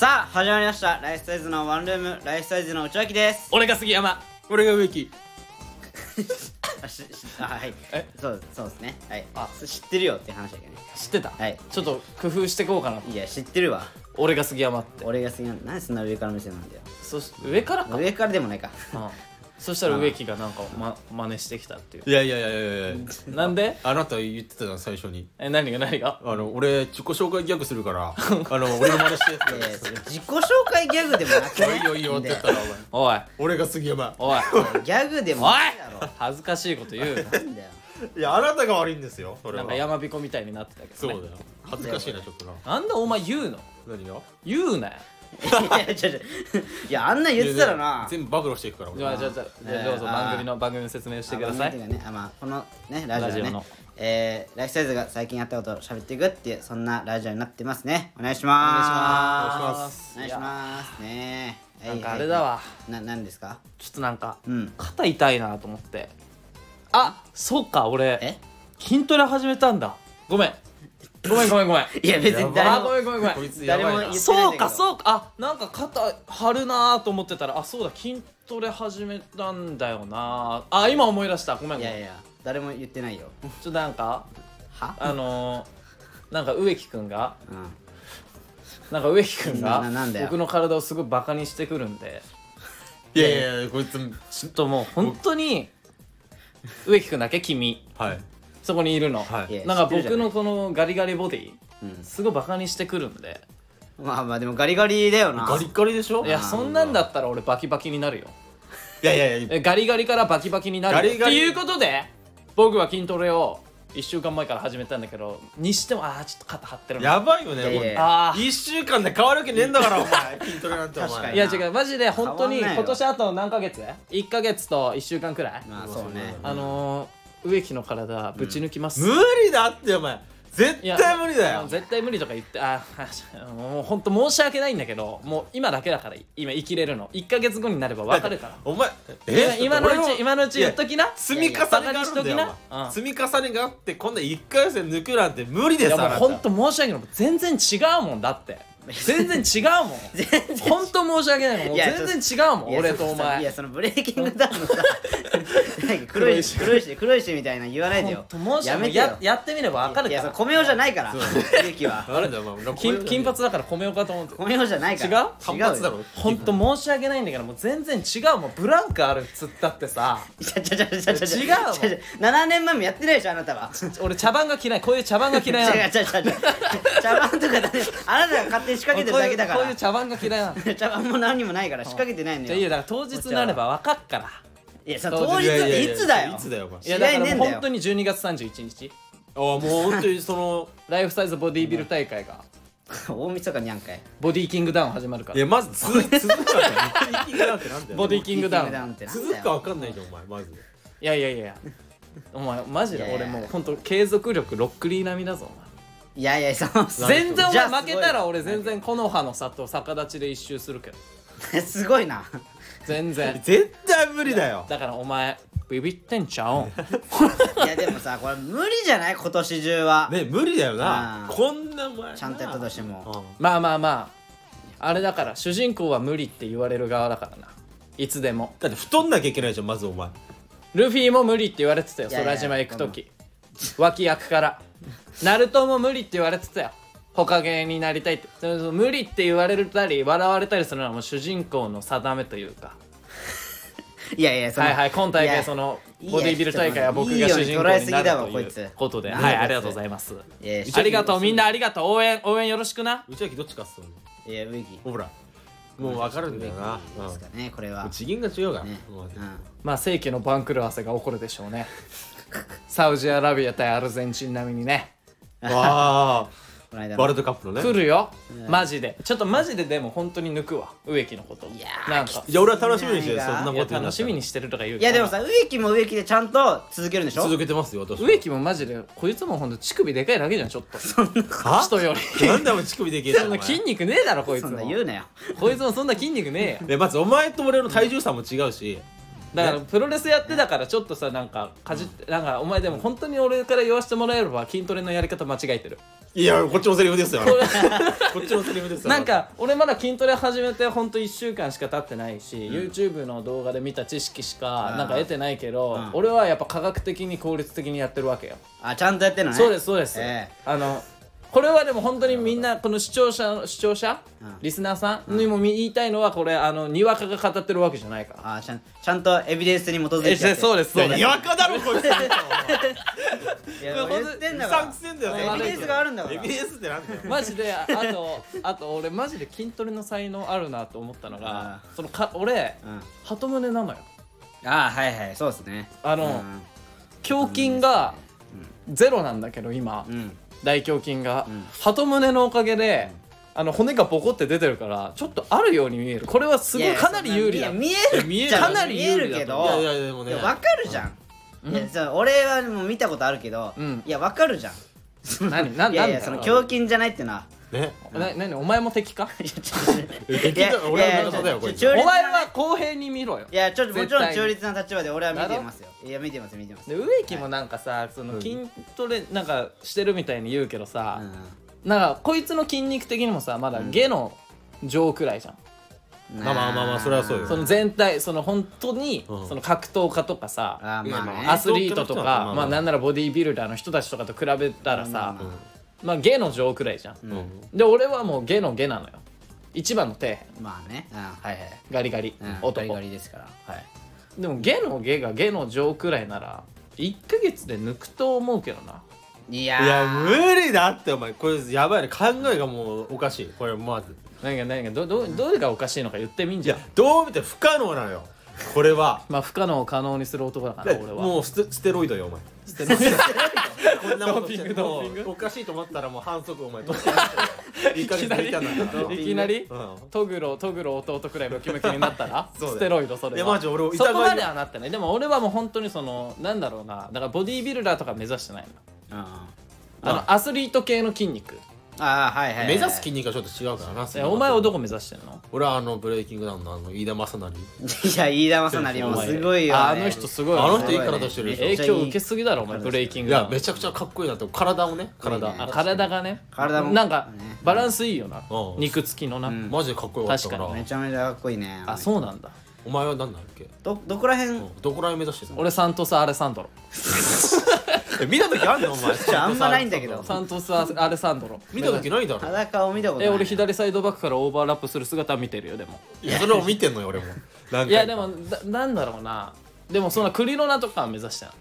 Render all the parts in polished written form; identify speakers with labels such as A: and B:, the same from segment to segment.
A: さあ始まりました。ライフサイズのワンルーム、ライフサイズの内脇です。
B: 俺が杉山。
C: 俺が植木。
A: はい
B: え
A: そうですね。はい知ってるよって話だけどね。
B: 知ってた。
A: はい
B: ちょっと工夫してこうかな。
A: いや知ってるわ。
B: 俺が杉山って
A: 俺が好きなんなんでそんな上から目線なんだよ。
B: 上からか。
A: 上からでもないか。
B: うんそしたら植木がなんか真似してきたっていう。
C: いやいやいやいやいや
B: なんで
C: あなた言ってたじゃん最初に。
B: 何が
C: 俺自己紹介ギャグするから俺の真似して
A: いやいやそれ自己紹介ギャグでもなくない
C: いいよいいよって言ったらお前
B: おい
C: 俺が杉山。
B: おい
A: ギャグでもないだろ。
B: 恥ずかしいこと言うな。
A: なんだよ。
C: いやあなたが悪いんですよそれは。
B: なんか山彦みたいになってたけどね。
C: そうだよ恥ずかしいなちょっとな。
B: なんでお前言うの。
C: 何が
B: 言うなよ。
A: いやあんな言ってたらな。
C: 全部暴露していくから俺。
B: じゃあどうぞ番組の説明してください。
A: このねラジオね
B: ラジオの
A: ライフサイズが最近やったことを喋っていくっていうそんなラジオになってますね。お願いします。お願いしますね。
B: なんかあれだわ。
A: なんですか。
B: ちょっとなんか
A: うん
B: 肩痛いなと思って。あ、そうか俺筋トレ始めたんだ。ごめん。
A: いや別に誰も
B: ごめん
C: こいつやばいな。
A: 誰も言ってないんだけど
B: そうかあ、なんか肩張るなと思ってたら、あ、そうだ筋トレ始めたんだよなあ、今思い出した。ごめん
A: いやいや誰も言ってないよ。
B: ちょっとなんか
A: は
B: なんか植木くんが
A: うんなんだよ
B: 僕の体をすごいバカにしてくるんで、
C: いやいやいやこいつ
B: ちょっともう本当に植木くんだけ君
C: はい
B: そこにいるの、
C: はい
A: いや
B: なんか
A: 知ってるじゃない
B: 僕のこのガリガリボディ
A: うん
B: すごいバカにしてくるんで、
A: まあでもガリガリだよな。
C: ガリガリでしょ。
B: いやそんなんだったら俺バキバキになるよ。
C: いやいやいや
B: ガリガリからバキバキになるよ
C: ガリガリ
B: っていうことで僕は筋トレを1週間前から始めたんだけど、にしてもちょっと肩張ってるな。
C: やばいよ
A: いやいや
C: ね。
B: あ
C: 1週間で変わるわけねえんだからお前筋トレなんてお前。
A: 確かに
B: いや違うマジで本当に
A: 変わんないよ
B: 今年あと何ヶ月 ?1 ヶ月と1週間くらい、
A: まあそうね。
B: 植木の体ぶち抜きます、
C: 無理だってお前絶対無理だよ。
B: 絶対無理とか言ってもう本当申し訳ないんだけど、もう今だけだから今生きれるの。1ヶ月後になれば分かるから。
C: お前
B: 今のうち言っときな。
C: 積み重ねがあるんだよ
B: いやいやバカにしときな
C: お前積み重ねがあってこんな1回戦抜くなんて無理で
B: いやもう
C: すあなた
B: 本当申し訳ない。全然違うもんだって全然違うもん本当申し訳ないの。もう
A: いや
B: 全然違うもん俺とお前。
A: いやそのブレイキングダウンのさなんか黒いしみたいな言わないでよ。
B: 本当申し
A: やめてよ。
B: 訳ない。やってみれば分かる
A: いや
B: から。
A: それ米雄じゃないからゆきは
C: なんだよお前
B: 金髪だから米岡と思って
A: 米雄じゃないから。
B: 違う
C: 単発だろ
B: 本当申し訳ないんだけど、もう全然違うもん。ブランクあるっつったってさ
A: 違う
B: 違うもん
A: 7年前もやってないでしょあなたは。
B: 俺茶番が嫌い。こういう茶番が嫌いなの。
A: 違う茶番とかだね。あなたが勝手に仕掛けてるだけだから。
B: こういう茶番が嫌いなの。
A: 茶番も何にもないから仕掛けてないの
B: じゃあいいよ、
A: よ。
B: だから当日になれば分かっから。
A: いやその当日っていつだよ。
C: いつだよお前
B: いやだからもう
A: 試合ねえんだよ
B: 本当に12月31日
C: あもう本当にその
B: ライフサイズボディビル大会が
A: 大晦日にゃんかい。
B: ボディキングダウン始まるから。
C: いやまず続くかなんてなんだよ
B: ボディキングダウン
A: ってなんだよ
C: 続くか分かんないじゃんお前まず
B: いやお前マジで俺もう本当継続力ロックリー並みだぞお
A: いやその
B: 前。全然お
A: じゃあ
B: 前負けたら俺全然木の葉の里逆立ちで一周するけど
A: すごいな。
B: 全然
C: 絶対無理だよ
B: だからお前ビビってんちゃうん
A: いやでもさこれ無理じゃない今年中は。
C: ね無理だよな
A: うん
C: こんなお前
A: ちゃんとやったとしても。
B: まああれだから主人公は無理って言われる側だからないつでも。
C: だって太んなきゃいけないじゃんまずお前
B: ルフィも無理って言われてたよ。
A: いやいや
B: 空島行く時脇役からナルトも無理って言われてたよ。ほかげになりたいって。その無理って言われたり笑われたりするのはもう主人公の定めというか。
A: いやその
B: はい今大
A: いや
B: 会その
A: いや
B: ボディビル大会は僕が主人公になる
A: いいよ捉えすぎだわ
B: とい
A: こいつ
B: うことで、
A: いいよ
B: はいありがとうございます。
A: いや
B: ありがとうみんなありがとう。応援よろしくな。
C: 内訳どっちかっすよ
A: いやウィギ
C: ほらもう分かるんだよな
A: ですかねこれは
C: 次元が違うから
A: ね
C: もう
B: まあ世紀の番狂わせが起こるでしょうね。サウジアラビア対アルゼンチン並みにね
C: あ
A: この間
C: ワールドカップのね
B: 来るよマジで。ちょっとマジででも本当に抜くわ植木のこと。
A: いやー
B: なんか
C: いや俺は楽しみにしてる
A: いや
C: そんなこと
B: いや
C: になったら
B: 楽しみにしてるとか言う
A: いやでもさ植木も植木でちゃんと続けるんでしょ。
C: 続けてますよ私は
B: 植木もマジでこいつもほんと乳首でかいだけじゃんちょっと
C: は
B: 人より
C: なんでお前乳首でけえんだ
B: そんな
C: お前
B: 筋肉ねえだろこいつ
A: そん
B: も
A: な言うなよ。
B: こいつもそんな筋肉ねえよ。
C: でまずお前と俺の体重差も違うし
B: だからプロレスやってたからちょっとさなんかかじってなんかお前でも本当に俺から言わせてもらえれば筋トレのやり方間違えてる。
C: いやこっちのセリフですよこっちのセリフですよ。
B: なんか俺まだ筋トレ始めてほんと1週間しか経ってないし、YouTube の動画で見た知識しかなんか得てないけど、俺はやっぱ科学的に効率的にやってるわけよ。
A: あ、ちゃんとやってるのね。
B: そうですそうです、これはでも本当にみんなこの視聴者、リスナーさんにも言いたいのはこれにわかが語ってるわけじゃないから。
A: あ、ちゃんとエビデンスに基づいてやってる。
B: そうですそうです。
C: にわかだろこいつ。
A: いや言ってんだから。
C: くせんだよ
A: エビデンスがあるんだから。
C: エビデンスってなんだよ。
B: マジであと俺マジで筋トレの才能あるなと思ったのが俺鳩胸なのよ。
A: あ、はいはい、そうですね。
B: 胸筋がゼロなんだけど今大胸筋が鳩胸のおかげで骨がボコって出てるからちょっとあるように見える。これはすごいかなり有利だ。
A: 見える
B: かなり有利だ
A: けど、
C: いやでもね
A: わかるじゃん。いや俺はもう見たことあるけど、いやわかるじゃん。
B: 何
A: いやいや、その胸筋じゃないってのは
C: ね。
B: 何お前も敵か？
C: 俺は味方だよこれ。
B: お前は公平に見ろよ。
A: いや、ちょっともちろん中立な立場で俺は見てますよ。いや、見てます。
B: で植木もなんかさその筋トレなんかしてるみたいに言うけどさ、なんかこいつの筋肉的にもさまだ下の上くらいじゃん。
C: まあそれはそうよ。
B: その全体その本当にその格闘家とかさアスリートとかまあなんならボディービルダーの人たちとかと比べたらさまあ下の上くらいじゃん。で俺はもう下の下なのよ。一番の底辺。
A: まあね、はいはい、
B: ガリガリ男。
A: ガリガリですから。はい。
B: でも下の下が下の上くらいなら1ヶ月で抜くと思うけどな。
A: い
C: いや無理だってお前これやばいね。考えがもうおかしいこれまず。
B: 何がどれがおかしいのか言ってみんじゃん。
C: どう見て不可能なのよこれは。
B: まあ不可能を可能にする男だから俺は。
C: もうステロイドよお前。
B: ステロイド
C: こんなことして
B: ドーピング
C: おかしいと思ったらもう反則お前取って1ヶ月抜いたんだから
B: いきなりトグロ弟くらいムキムキになったらステロイドそれは。
C: いやマジ俺
B: そこまではなってない。でも俺はもう本当にそのなんだろうなだからボディービルダーとか目指してないの。アスリート系の筋肉。
A: はいはい。
C: 目指す筋肉はちょっと違うからな。
B: お前はどこ目指してんの？
C: 俺はブレイキングダウンの飯田正成。
A: いや、飯田正成もすごいよ。
B: あの人すごい。
C: あの人いい体してるでしょ。
B: 影響受けすぎだろお前ブレイキングダウン。
C: いやめちゃくちゃかっこいいなって。体をね体
B: がね
A: 体も
B: なんかバランスいいよな。肉付きのな。
C: マジでかっこよかったから。
A: めちゃめちゃかっこいいね。
B: あ、そうなんだ。
C: お前は何なんだっけ？
A: どこら辺？
C: どこら辺目指してるの？
B: 俺サントス・アレサンドロ。
C: 見た時あんのお前？
A: あんまないんだけど。
B: サントス・アレサンドロ
C: 見た時ないだろ。
A: 裸を見たことない。
B: 俺左サイドバックからオーバーラップする姿見てるよでも。
C: いやそれを見てんのよ俺も。
B: いやでもなんだろうな。でもそんなクリロナとかは目指してない。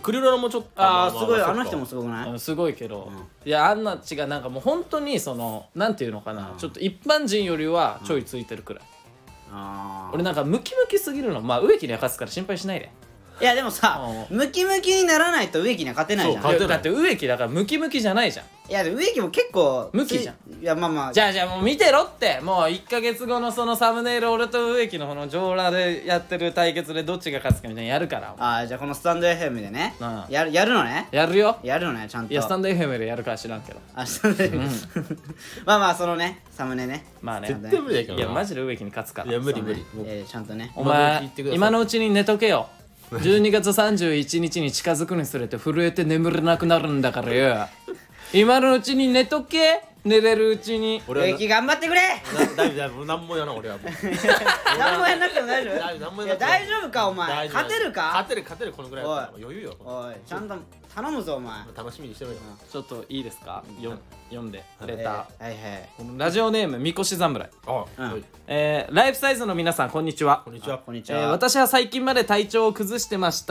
C: クリロナもちょっと
A: すごい。あの人もすごくない？
B: すごいけど、いやあんな違うなんかもう本当にそのなんていうのかな、ちょっと一般人よりはちょいついてるくらい。俺なんかムキムキすぎるのまあ植木には勝つから心配しないで。
A: いやでもさ、ムキムキにならないと植木には勝てないじゃん。
B: だって植木だからムキムキじゃないじゃん。
A: いや植木も結構
B: ムキじゃん。
A: いやまあ
B: じゃあもう見てろって。もう1ヶ月後のそのサムネイル俺と植木のこの上裸でやってる対決でどっちが勝つかみたいなやるから。
A: じゃあこのスタンド FM でねやるのね。
B: やるよ。
A: やるのねちゃんと。
B: いやスタンド FM でやるから知らんけど。
A: スタンド FM まあそのねサムネね。
B: まあね
C: 絶対無理だけどな。
B: いやマジで植木に勝つから。
C: いや無理
A: ちゃんとね。
B: お前今のうちに寝とけよ。12月31日に近づくにつれて震えて眠れなくなるんだからよ。今のうちに寝とけ。寝れるうちに。
A: 植木頑張ってくれ。
C: 大丈夫何もやらん俺はもう。
A: 何もやんなくても大丈夫？いや大丈夫かお前。勝てるか？
C: 勝てるこのぐらいだったら余裕よ。
A: おいちゃんと頼むぞお前。
C: 楽しみにしてろよ。
B: ちょっといいですか？読んでレター。
A: はいはい。
B: ラジオネームみこし侍。ライフサイズの皆さんこんにちは。
C: こんにちは。
A: こんにちは。
B: 私は最近まで体調を崩してました。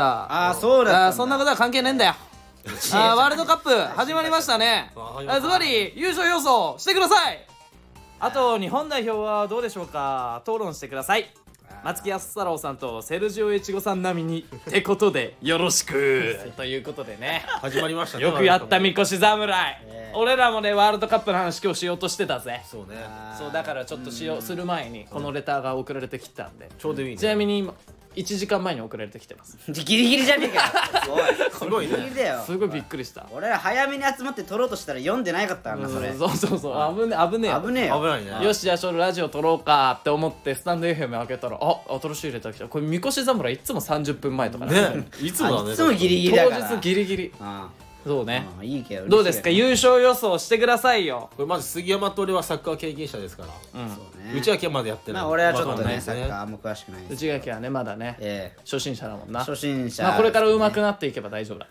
A: そうだ。
B: そんなことは関係ねえんだよ。ワールドカップ始まりましたね。ズバリ優勝予想してください。あと日本代表はどうでしょうか。討論してください。松木安太郎さんとセルジオ越後さん並みにってことでよろしくということでね
C: 始まりましたね。
B: よくやったみこし侍。俺らもねワールドカップの話今日しようとしてたぜ。
C: そうね。
B: そうだからちょっとする前にこのレターが送られてきたんで。
C: ちょうどいいね。
B: ちなみに 1時間前に送られてきてます。
A: ギリギリじゃねえかよ。おい
C: すごいね
A: ギリギリだよ。
B: すごいびっくりした。
A: 俺ら早めに集まって撮ろうとしたら読んでないかったからなそれ。
B: そうそうそう、危ねえ危ねえよ。
A: 危ねえよ。
C: 危ないね。
B: よしじゃあちょっとラジオ撮ろうかって思ってスタンド FM 開けたら、あ、新しい入れた来た。これみこし侍いつも30分前とか
C: ね、いつもだね。
A: いつもギリギリ
B: 当
A: だから。
B: 日ギリギリ。そうね。
A: いいけど。
B: どうですか、優勝予想してくださいよ。
C: これまず杉山と俺はサッカー経験者ですから。
A: そうね。
C: 内垣はまだやってない。
A: まあ俺はちょっとね
C: まだ
A: サッカーあんま詳しくないです。
B: 内垣はねまだね初心者だもんな。
A: 初心者。
B: まあこれから上手くなっていけば大丈夫だから。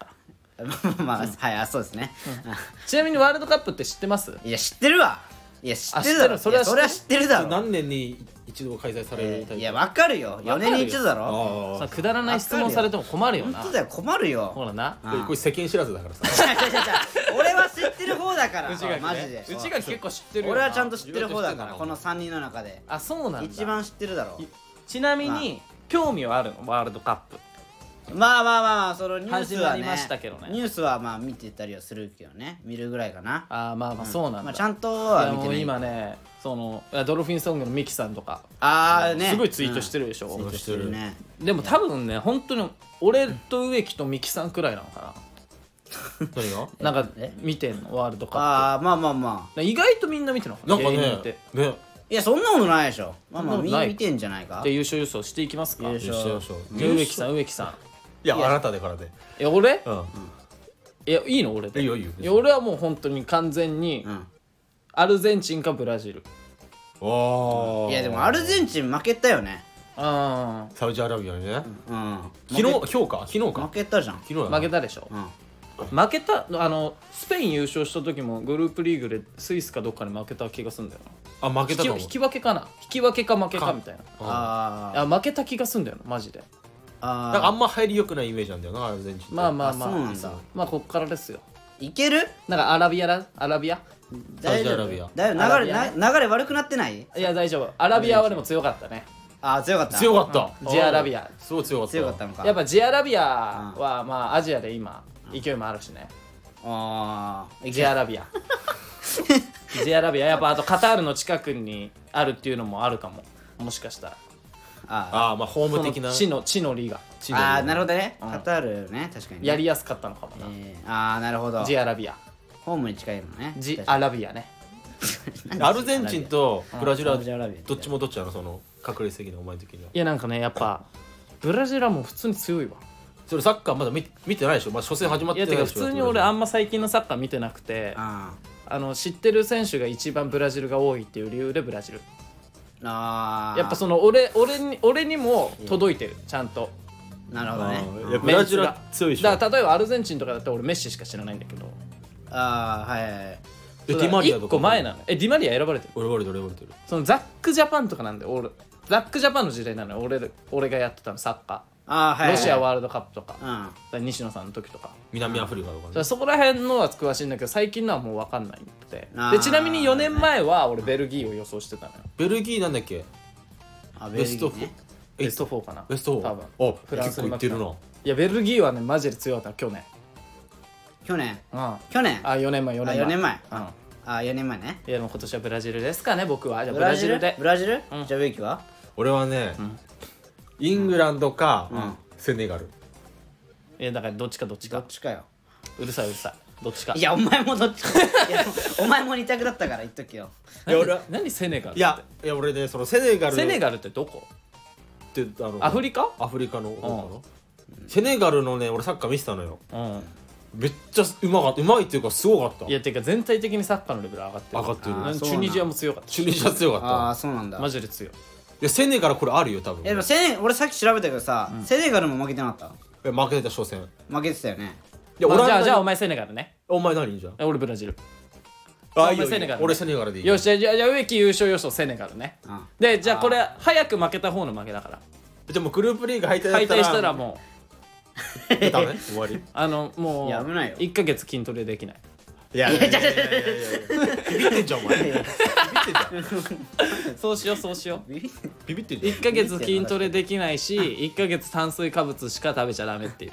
A: まあはい、そうですね。
B: ちなみにワールドカップって知ってます？
A: いや知ってるわ。いや知ってるだろ。それは知ってるだろ。
C: 何年に一度開催されるタイプ。
A: いやわかるよ。4年に一度だろ。
B: くだらない質問されても困るよな。
A: 本当だよ、困るよ。
B: ほらな。
C: これ世間知らずだからさ。
A: 俺は知ってる方だから。
B: 内垣
A: マジで。
B: 内垣結構知ってるよ。
A: 俺はちゃんと知ってる方だから、この3人の中で。
B: あ、そうなんだ。
A: 一番知ってるだろ。
B: ちなみに興味はあるの？ワールドカップ。
A: まあまあまあ、そのニュースはね、
B: 始まりましたけどね。
A: ニュースはまあ見てたりはするけどね、見るぐらいかな。
B: ああ、まあまあそうなんだ。
A: まあちゃんとは見てない。
B: 今ね、そのドルフィンソングのミキさんとか
A: ね、
B: すごいツイートしてるでしょ。
A: ツイートしてるね。
B: でも多分ね、本当に俺と植木とミキさんくらいなのかな。
C: 何が？
B: なんか見てんのワールドカップ。
A: ああ、まあまあまあ。
B: 意外とみんな見てるのかな。
C: なんかね。
A: いや、そんなことないでしょ。まあまあ見てんじゃないか。
B: じゃあ優勝予想していきますか。
C: 優勝。
B: じゃあ植木さん。
C: いや、あなたでからで。
B: いや、俺？
C: うん。
B: いや、いいの俺で。
C: いいよいいよ。
B: いや、俺はもう本当に完全にアルゼンチンかブラジル。
C: おー。
A: いやでもアルゼンチン負けたよね。
B: ああ。
C: サウジアラビアにね。
A: 昨
C: 今日か。
A: 負けたじゃん。
B: 負けたでしょ。負けた、スペイン優勝した時もグループリーグでスイスかどっかに負けた気がするんだよな。
C: あ、負けたの？
B: 引き分けかな。引き分けか負けかみたいな。
A: あ
B: 負けた気がするんだよな、マジで。
C: なんかあんま入り良くないイメージなんだよな、アルゼンチン。
B: まあまあまあ。
A: そうなんだ。
B: まあこっからですよ。
A: いける？
B: なんかアラビア
C: サウジアラビア。
A: だいぶ流れ悪くなってない？
B: いや大丈夫。アラビアはでも強かったね。
A: あ、強かった。
C: 強かった。
B: ジアラビア。
C: すごい強かった。
A: 強かったのか。
B: やっぱジアラビアはまあアジアで今勢いもあるしね。ジアラビア。ジアラビアやっぱあとカタールの近くにあるっていうのもあるかも。もしかしたら。
C: ああ、まあホーム的な。
B: 地のリーガ。
A: ああ、なるほどね。カタールね、確かに。
B: やりやすかったのかもな。
A: ああ、なるほど。
B: ジアラビア。
A: ホームに近いのね。
B: ジアラビアね。
C: アルゼンチンとブラジルは
A: サウジアラビア
C: どっちもどっちなの、その確率的にお前的には。
B: いやなんかね、やっぱブラジルはもう普通に強いわ。
C: それサッカーまだ見てないでしょ。まあ初戦始まってないでしょ。
B: いやてか普通に俺あんま最近のサッカー見てなくて、知ってる選手が一番ブラジルが多いっていう理由でブラジル。やっぱその俺にも届いてる、ちゃんと。
A: なるほどね。
C: いやブラジルは強いでしょ。
B: だから例えばアルゼンチンとかだったら俺メッシしか知らないんだけど。
A: はいはい。
C: ディマリアとか
B: 1個前なの。ディマリア選ばれてる。
C: 選ばれてる。
B: そのザックジャパンとかなんで、俺ザックジャパンの時代なのよ。俺がやってたのサッカー。ロシアワールドカップとか、西野さんの時とか、
C: 南アフリカとかね。
B: そこら辺のは詳しいんだけど、最近のはもう分かんないんで。でちなみに4年前は俺ベルギーを予想してたのよ。
C: ベルギーなんだっけ？ベスト4。
B: ベスト4かな。
C: ベスト4。
B: 多分。
C: お、結構いってるな。
B: いやベルギーはねマジで強かった去年。
A: 去年
B: あ
A: 4年前。4年前ね。
B: いやでも今年はブラジルですかね、僕は。じゃあ
A: ブラジル
B: で。
A: じゃあ植木は？
C: 俺はね、イングランドかセネガル。
B: いやだからどっちか。
A: どっちかよ。
B: うるさい。どっちか。
A: いやお前もどっちか。いやお前も2択だったから言っとけよ。
B: 何セネガルって？
C: いや俺ね、そのセネガル
B: ってどこ？
C: って
B: アフリカ
C: の方かな。セネガルのね、俺サッカー見てたのよ。めっちゃうまいっていうかすごかった。
B: いやてか全体的にサッカーのレベル上がってる。チュニジアも強かった。
C: チュニジア強かった。
A: ああそうなんだ。
B: マジで強い。
C: いやセネガルこれあるよ多分。
A: でも俺さっき調べたけどさ、セネガルも負けてなかった？
C: 負けてた初戦。
A: 負けてたよね。
C: いや
B: じゃあお前セネガルね。
C: お前何じゃ？
B: 俺ブラジル。
C: 俺セネガルでいい。
B: よしじゃあ植木優勝予想セネガルね。でじゃあこれ早く負けた方の負けだから。
C: じゃあもうグループリーグ敗退
B: したらも
C: うダメ？終わり。
B: もう1ヶ月筋トレできない。
C: いやビビってんじゃんお前。ビビってんじゃん。
B: そうしよう。
C: ビビってんじゃん。
B: 1ヶ月筋トレできないし、1ヶ月炭水化物しか食べちゃダメっていう。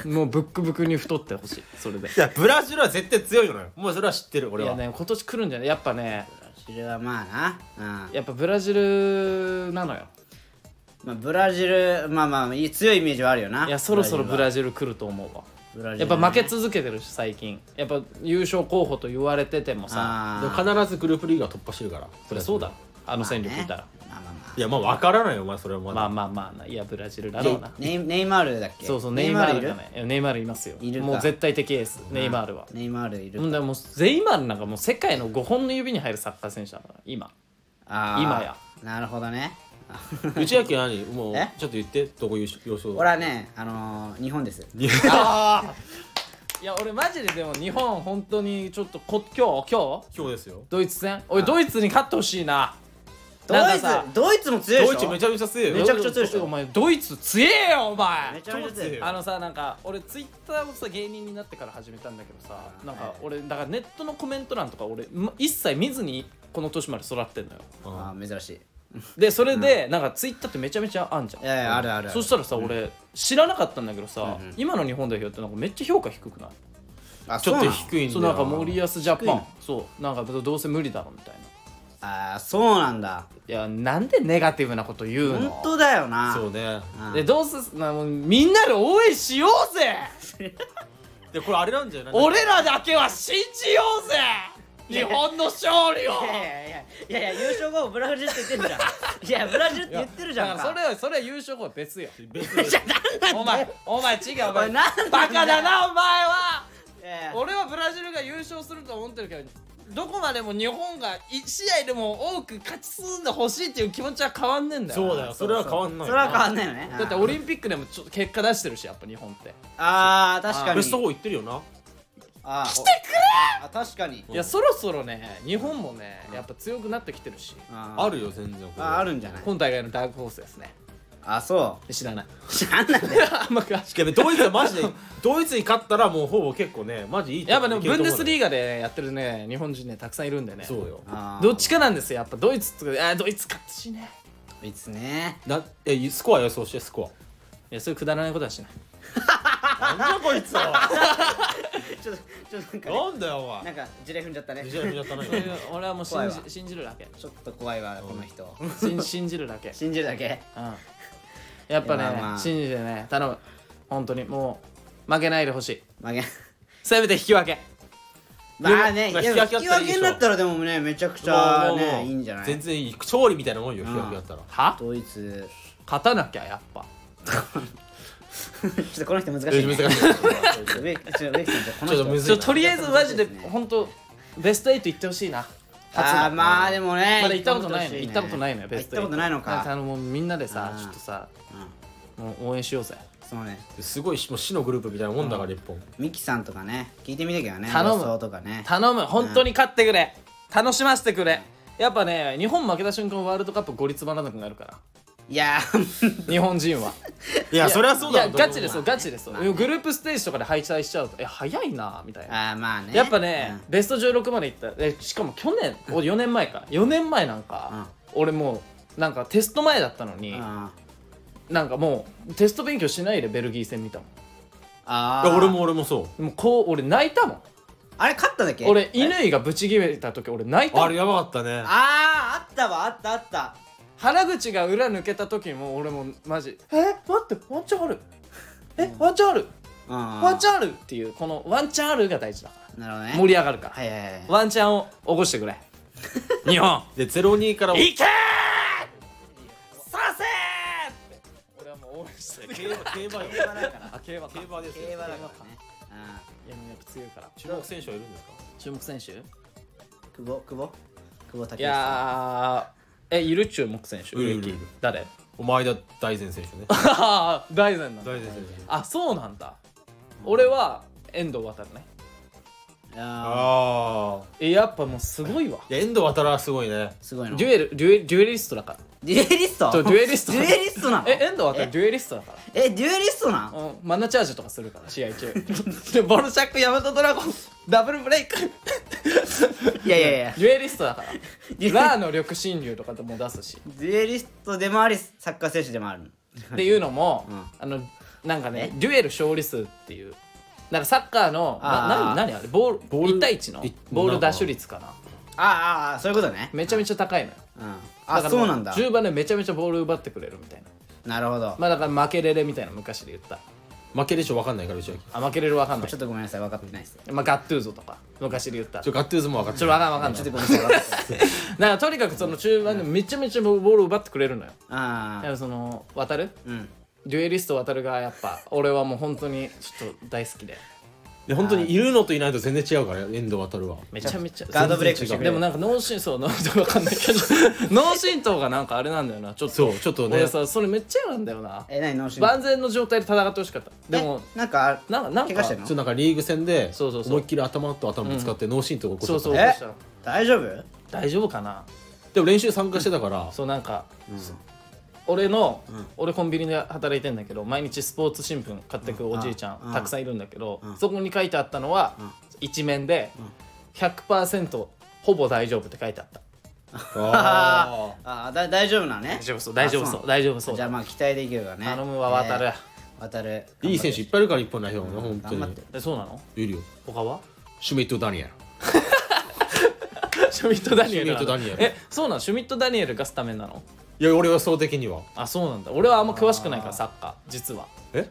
B: もうブックブクに太ってほしい。それで。
C: いやブラジルは絶対強いのよ。もうそれは知ってる俺は。
B: いやね、今年来るんじゃない？やっぱね。
A: ブラジルはまあな。
B: やっぱブラジルなのよ。
A: まあブラジル強いイメージはあるよな。
B: いやそろそろブラ
A: ジ
B: ジル来ると思うわ。
A: ルは
B: やっぱ負け続けてるし最近やっぱ優勝候補と言われててもさ
C: でも必ずグループリーグは突破してるから。
B: そりゃそうだあの戦力いたら
C: いやまあ分からないよお前それはまだ。
B: まあいやブラジルだろうな。
A: ネイマールだっけ。
B: そうネイマール
A: いる
B: がねネイマールいますよ。
A: いるか
B: もう絶対的エースネイマールは。
A: ネイマールいる
B: でもネイマールなんかもう世界の5本の指に入るサッカー選手だから今や。
A: なるほどね。
C: 内訳何もう
A: え
C: ちょっと言ってどこ優勝。
A: 俺はね日本です。
B: いや俺マジででも日本本当にちょっと今日
C: ですよ。
B: ドイツ戦俺ドイツに勝ってほしいな。
A: ドイツも強いでしょ。
C: ドイツめちゃめちゃ強いよ。
A: めちゃくちゃ強いでしょ。
B: お前ドイツ強えよお前。
A: めちゃめちゃ強いよ。
B: なんか俺ツイッターをさ芸人になってから始めたんだけどさなんか俺だからネットのコメント欄とか俺一切見ずにこの年まで育ってんのよ。
A: 珍しい。
B: でそれでなんかツイッターってめちゃめちゃあんじゃん。
A: いやある
B: そしたらさ俺知らなかったんだけどさ今の日本代表ってなんかめっちゃ評価低くない？
C: ちょっと低いんだよ。
B: そうなんか森保ジャパンそうなんかどうせ無理だろみたいな。
A: そうなんだ。
B: いやなんでネガティブなこと言うの？
A: 本当だよな。
C: そうね。
B: でどうせもうみんなで応援しようぜ。
C: でこれあれなんじゃない？
B: 俺らだけは信じようぜ日本の勝利を。
A: いや優勝後ブラジルって言ってんじゃん。いやブラジルって言ってるじゃんか。
B: それは優勝後は別よ。
C: 別
A: じゃあなんだ
B: お前違うお前
A: なんだ
B: バカだなお前は。
A: え
B: 俺はブラジルが優勝すると思ってるけどどこまでも日本が1試合でも多く勝ち進んでほしいっていう気持ちは変わんねえんだよ。
C: そうだよ。それは変わんない。
A: それは変わんないよね。
B: だってオリンピックでもちょっと結果出してるしやっぱ日本って。
A: 確かに
C: ベスト4行ってるよな。
A: 来てくれ。確かに。
B: いやそろそろね日本もねやっぱ強くなってきてるし
C: あるよ全然。
A: あるんじゃない。
B: 今大会のダークホースですね。
A: そう
B: 知らない
A: なんだよ。
B: あんま詳しく
C: ドイツはマジでドイツに勝ったらもうほぼ結構ねマジいいと
B: やっぱでもブンデスリ
C: ー
B: ーガでやってるね日本人ねたくさんいるんでね。
C: そうよ。
B: どっちかなんですよやっぱドイツとかドイツ勝ってしね。
A: ドイツね。
C: スコア予想してスコ
B: いやそういうくだらないことはしない。
C: ア。なんだこいつは。
A: ちょっと
C: なんだよお前。
A: なんか地雷踏んじゃったね。
C: じゃったな。
B: 俺はもう
A: 怖いわ
B: 信じるだけ。
A: ちょっと怖いわこの人。
B: 信じるだけ。
A: 信じるだけ。
B: やっぱね、
A: まあ
B: 信じてね頼む本当にもう負けないでほしい。
A: 負け。
B: せめて引き分け。
A: まあね、
C: まあ
A: 引き分けになったらでもねめちゃくちゃねいいんじゃない。
C: 全然いい。勝利みたいなもんよ引き分けだったら。
B: は
A: ドイツ
B: 勝たなきゃやっぱ。
A: ちょっとこの人難しいね。
C: 難しい。
A: 植木さんじゃこの人
C: ちょっ
B: とりあえずマジで
A: そうですね
B: 本当ベスト8行ってほしいな。初の
A: まあでもね
B: まだ行ったことないの行ったことないのよベスト8。
A: 行ったことないのか。
B: もうみんなでさちょっとさもう応援しようぜ。
A: そうね。
C: すごいもう死のグループみたいなもんだから日本。
A: ミキさんとかね聞いてみたけどね。
B: 頼む
A: 予想とかね。
B: 頼む本当に勝ってくれ楽しませてくれ。やっぱね日本負けた瞬間ワールドカップゴリつまらなくなるから
A: いや
B: 日本人は。
C: いやそれはそうだろ。
B: いやガチですよガチですよ。グループステージとかで敗退しちゃうと早いなみたいな。
A: まあね。
B: やっぱねベスト16までいったしかも去年4年前か4年前なんか俺もうなんかテスト前だったのになんかもうテスト勉強しないでベルギー戦見たもん。
C: 俺もそ
B: もうこう俺泣いたもん。
A: あれ勝ったんだっけ。
B: 俺乾がブチ切れた時俺泣いたもん。
C: う。あれやばかったね。
A: あったわあった
B: 原口が裏抜けた時も俺もマジ待ってワンチャンあるワンチャンあるワンチャンあるっていうこのワンチャンあるが大事だから
A: なるほどね。
B: 盛り上がるから
A: はいはいはい。
B: ワンチャンを起こしてくれ日本
C: で0-2から
B: いけーさせーって俺はもう応援してる。
C: 競馬よ。
A: 競馬だから
B: あ競馬か
C: 競馬ですよ。
A: 競馬だからね。
B: いやもうやっぱ強いから。
C: 注目選手はいるんですか？
B: 注目選手
A: 久保武
B: いやいる注目選手
C: いる
B: 誰
C: 前田大然選手ね。
B: 大然なんだ。
C: 大然選手。
B: あそうなんだ。俺は遠藤航ね。
C: ああ。
B: やっぱもうすごいわ。
C: いや遠藤航はすごいね。
A: すごいの。
B: デュエリストだから。
A: デュエリスト
B: デュエリスト
A: デュエリストなの。
B: 遠藤航デュエリストだから。
A: デュエリストなん。
B: マナチャージとかするから試合中でボルシャックヤマトドラゴンダブルブレイク
A: いや
B: デュエリストだからラーの緑侵入とかでも出すし
A: デュエリストでもありサッカー選手でもある
B: っていうのも、なんかねデュエル勝利数っていうなんかサッカーの何あれボール1対1のボール奪取率かな。
A: そういうことね。
B: めちゃめちゃ高いのよ。
A: そうなんだ。
B: 中盤でめちゃめちゃボール奪ってくれるみたいな。
A: なるほど。
B: まあだから負けれれみたいな昔で言った。
C: 負ける人分かんないから内訳。
B: 負けれるわかんない。
A: ちょっとごめんなさい、分かってないです。
B: まあガットゥーゾとか昔で言った。
C: ガットゥーズも分かって
B: ちょっとわかんない。
A: ちょっとごめんなさい、分かってない。
B: だからとにかくその中盤でめちゃめちゃボールを奪ってくれるのよ。
A: あ
B: だからその渡る
A: うん。
B: デュエリスト渡るがやっぱ俺はもう本当にちょっと大好きで、
C: で本当にいるのといないと全然違うから遠藤航は。
B: めちゃめちゃ
A: ガードブレイクしてくれる。
B: でもなんか脳震そうわかんないけど脳震盪がなんかあれなんだよなちょっと。
C: そうちょっとね
B: 俺さそれめっちゃ嫌なんだよな。
A: 何脳震
B: 万全の状態で戦ってほしかった。でも
A: なんか
B: なんか
A: 怪我してんの？
C: なんかリーグ戦で
B: そうそうそう
C: 思いっきり頭と頭ぶつかって脳震盪が起こ
B: そう
C: っちゃった。
B: そう起こした
A: 大丈夫？
B: 大丈夫かな。
C: でも練習参加してたから
B: そうなんか
A: うん
B: 俺コンビニで働いてんだけど毎日スポーツ新聞買ってくおじいちゃんたくさんいるんだけどそこに書いてあったのは一面で 100% ほぼ大丈夫って書いてあった。
A: 大丈夫なね。
B: 大丈夫そう大丈夫そう大丈夫そう。
A: じゃあまあ期待できるからね。
B: 頼むわ渡る。
A: 渡る。
C: いい選手いっぱいいるから日本代表も本当に
A: 頑張って。
B: えそうなの？
C: いるよ。
B: 他は？
C: シュミット・ダニエル。
B: シュミット・ダニエル。
C: シュミットダニエル
B: えそうなの？シュミット・ダニエルがスタメンなの？
C: いや俺は総的には。
B: あそうなんだ。俺はあんま詳しくないからサッカー実は
C: え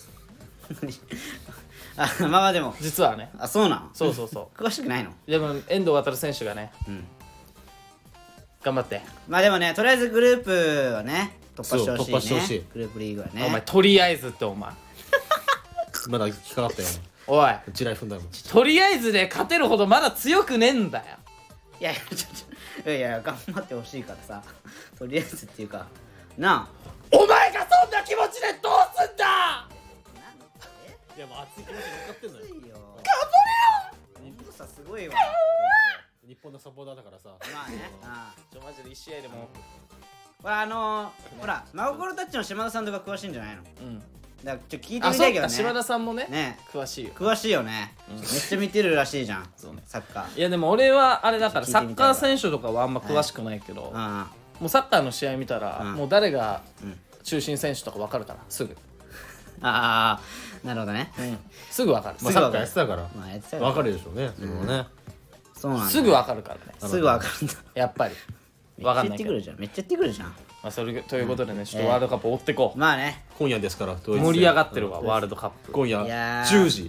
A: まあまあでも。
B: 実はね。
A: そうなん？
B: そうそうそう
A: 詳しくないの？
B: でも遠藤航選手がね
A: うん。
B: 頑張って。
A: まあでもね、とりあえずグループはね突破してほしいね。
C: そう突破してほしい
A: グループリーグは
B: お前
A: ね。
B: とりあえずってお前
C: まだ引っかかったよ。
B: おい
C: 地雷踏んだよ。
B: とりあえずで勝てるほどまだ強くねえんだよ。
A: いやいやいや頑張ってほしいからさ。とりあえずっていうかなあ。
B: お前がそんな気持ちでどうすんだ。
C: いやもう熱い気持ち乗っかってんのよ。
A: 頑張れよ。日本さすごいわ。
C: 日本のサポーターだからさ。
A: まあね。
B: マジで1試合でも
A: これほら真心タッチの島田さんとか詳しいんじゃないの？
B: うん
A: だからちょっと聞いて
B: あそ
A: みたいうけどね。
B: か島田さんもね
A: ね
B: 詳しいよ。
A: 詳しいよね。めっちゃ見てるらしいじゃん。
B: そうね
A: サッカー。
B: いやでも俺はあれだからサッカ
A: 聞いてみたいわ
B: ー選手とかはあんま詳しくないけど
A: あ
B: もうサッカーの試合見たら
A: うん
B: もう誰が
A: うん
B: 中心選手とか分かるからすぐ
A: あなるほどね。
B: すぐ分かる
C: まあサッカーやってたから
A: まあやってたよ
C: 分かるでしょうね。それはね。
A: そうなんだ。
B: すぐ分かるからね
A: すぐわかるんだ。
B: やっぱり
A: めっちゃ
B: 分かんないけど
A: 言ってくるじゃん。めっちゃ言ってくるじゃん。
B: まあそれということでねちょっとワールドカップ追ってこう。
A: まあね。
C: 今夜ですからドイツ戦
B: 盛り上がってるわワールドカップ。
C: 今夜
A: いやー
C: 10時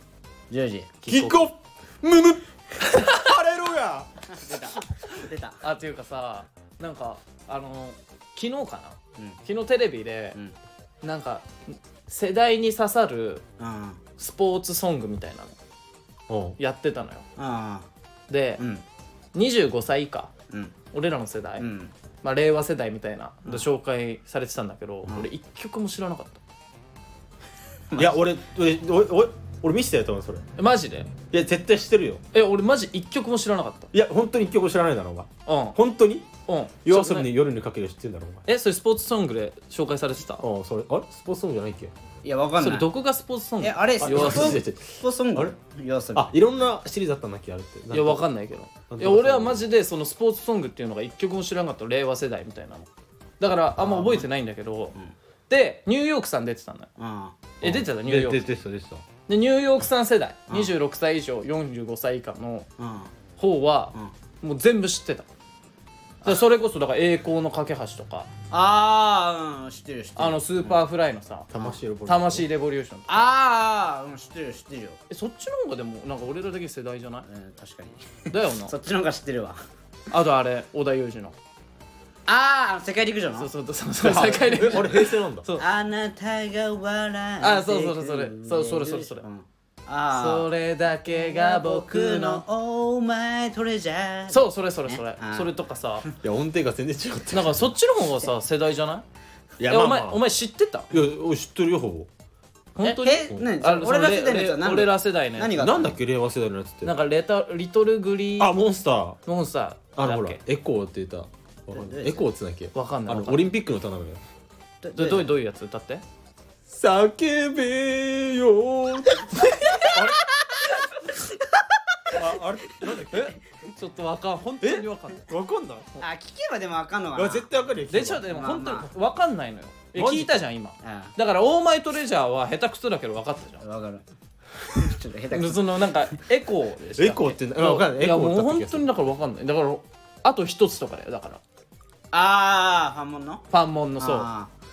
A: 10時。
C: キックオフムムハレルヤ。
A: 出た。
B: あっていうかさなんか昨日かな
A: うん
B: 昨日テレビで
A: うん
B: なんか世代に刺さる
A: うん
B: スポーツソングみたいなの
C: おう
B: やってたのよ。
A: あ
B: で
A: うん
B: 25歳以下
A: うん
B: 俺らの世代
A: うん
B: まあ令和世代みたいなで紹介されてたんだけど俺一曲も知らなかった。
C: いや俺見せてやったのそれ。い
B: マジで
C: や絶対知ってるよ。
B: 俺マジ一曲も知らなかっ
C: いや本当に一曲知らないだろうが。
B: た。
C: 本当に
B: うん
C: 夜遊びに夜にかける知ってんだろうが。
B: それスポーツソングで紹介されてた？
C: ああそれあれスポーツソングじゃないっけ。
A: いやわかん
B: それ
A: ない。
B: どこがスポーツソング？
A: あれスポ
B: 夜遊
C: あ
B: び
C: 違う違う違う
A: スポーツソング
C: あれ
A: 夜遊び。
C: あいろんなシリーズあったんだっけあれって。
B: いやわかんないけど
C: なんとか
B: いや俺はマジでそのスポーツソングっていうのが一曲も知らなかった令和世代みたいなのだからあんま覚えてないんだけどでニューヨークさん出てたんだよ。出てたニューヨーク
C: 出てた出てた。
B: でニューヨークさん世代26歳以上45歳以下の方はもう全部知ってた。でそれこそだから栄光の架け橋とか
A: 知ってる知ってる。
B: スーパーフライのさ
C: 魂の
B: 魂レボリューションとか
A: 知ってる知ってるよ。
B: そっちの方がでもなんか俺ら的に世代じゃない？
A: 確かに。
B: だよな
A: そっちの方が知ってるわ。
B: あとあれ織田裕二の
A: 世界陸上の。
B: そう世界で
C: あれ平成なんだ。
B: そう
A: あなたが笑
B: そうそれそれだけが僕の
A: オーマイトレジャー。
B: そうそれそれとかさ
C: いや音程が全然違った。
B: なんかそっちの方がさ世代じゃない
C: いや
B: お前知ってた？
C: いや俺知ってるよほぼ。
B: 本当に
A: 俺ら世代のやつは何？
B: 俺ら世代ね
A: 何が
C: なんだっけ令和世代のやつって。
B: なんかリトルグリー
C: モンスター。
B: モンスター
C: ほら
B: だっけ
C: エコーって言った。エコーって言ったっけ。
B: わかんない
C: オリンピックの歌なのよ。
B: どういうやつ歌って
C: 叫べよ。あれなんだっけ。
B: ちょっとわかん本当にわかんない
C: わかんない。
A: 聞けばでもわかんのかな。
C: 絶対わかるよ。
B: でしょでも本当に
A: ま
B: わかんないのよ
C: マジ
B: 聞いたじゃん今
A: う
B: だからオーマイトレジャーは下手くそだけど分かったじゃん
A: んわかる。ちょっと下手くそ。
B: そのなんかエコーでしたっけ
C: エコーってわかんない。
B: いやもう
C: エコーだった気がする
B: 本当にだから分かんないだからあと一つとかだよだから
A: ファンモンの。
B: ファンモンのそう
A: あ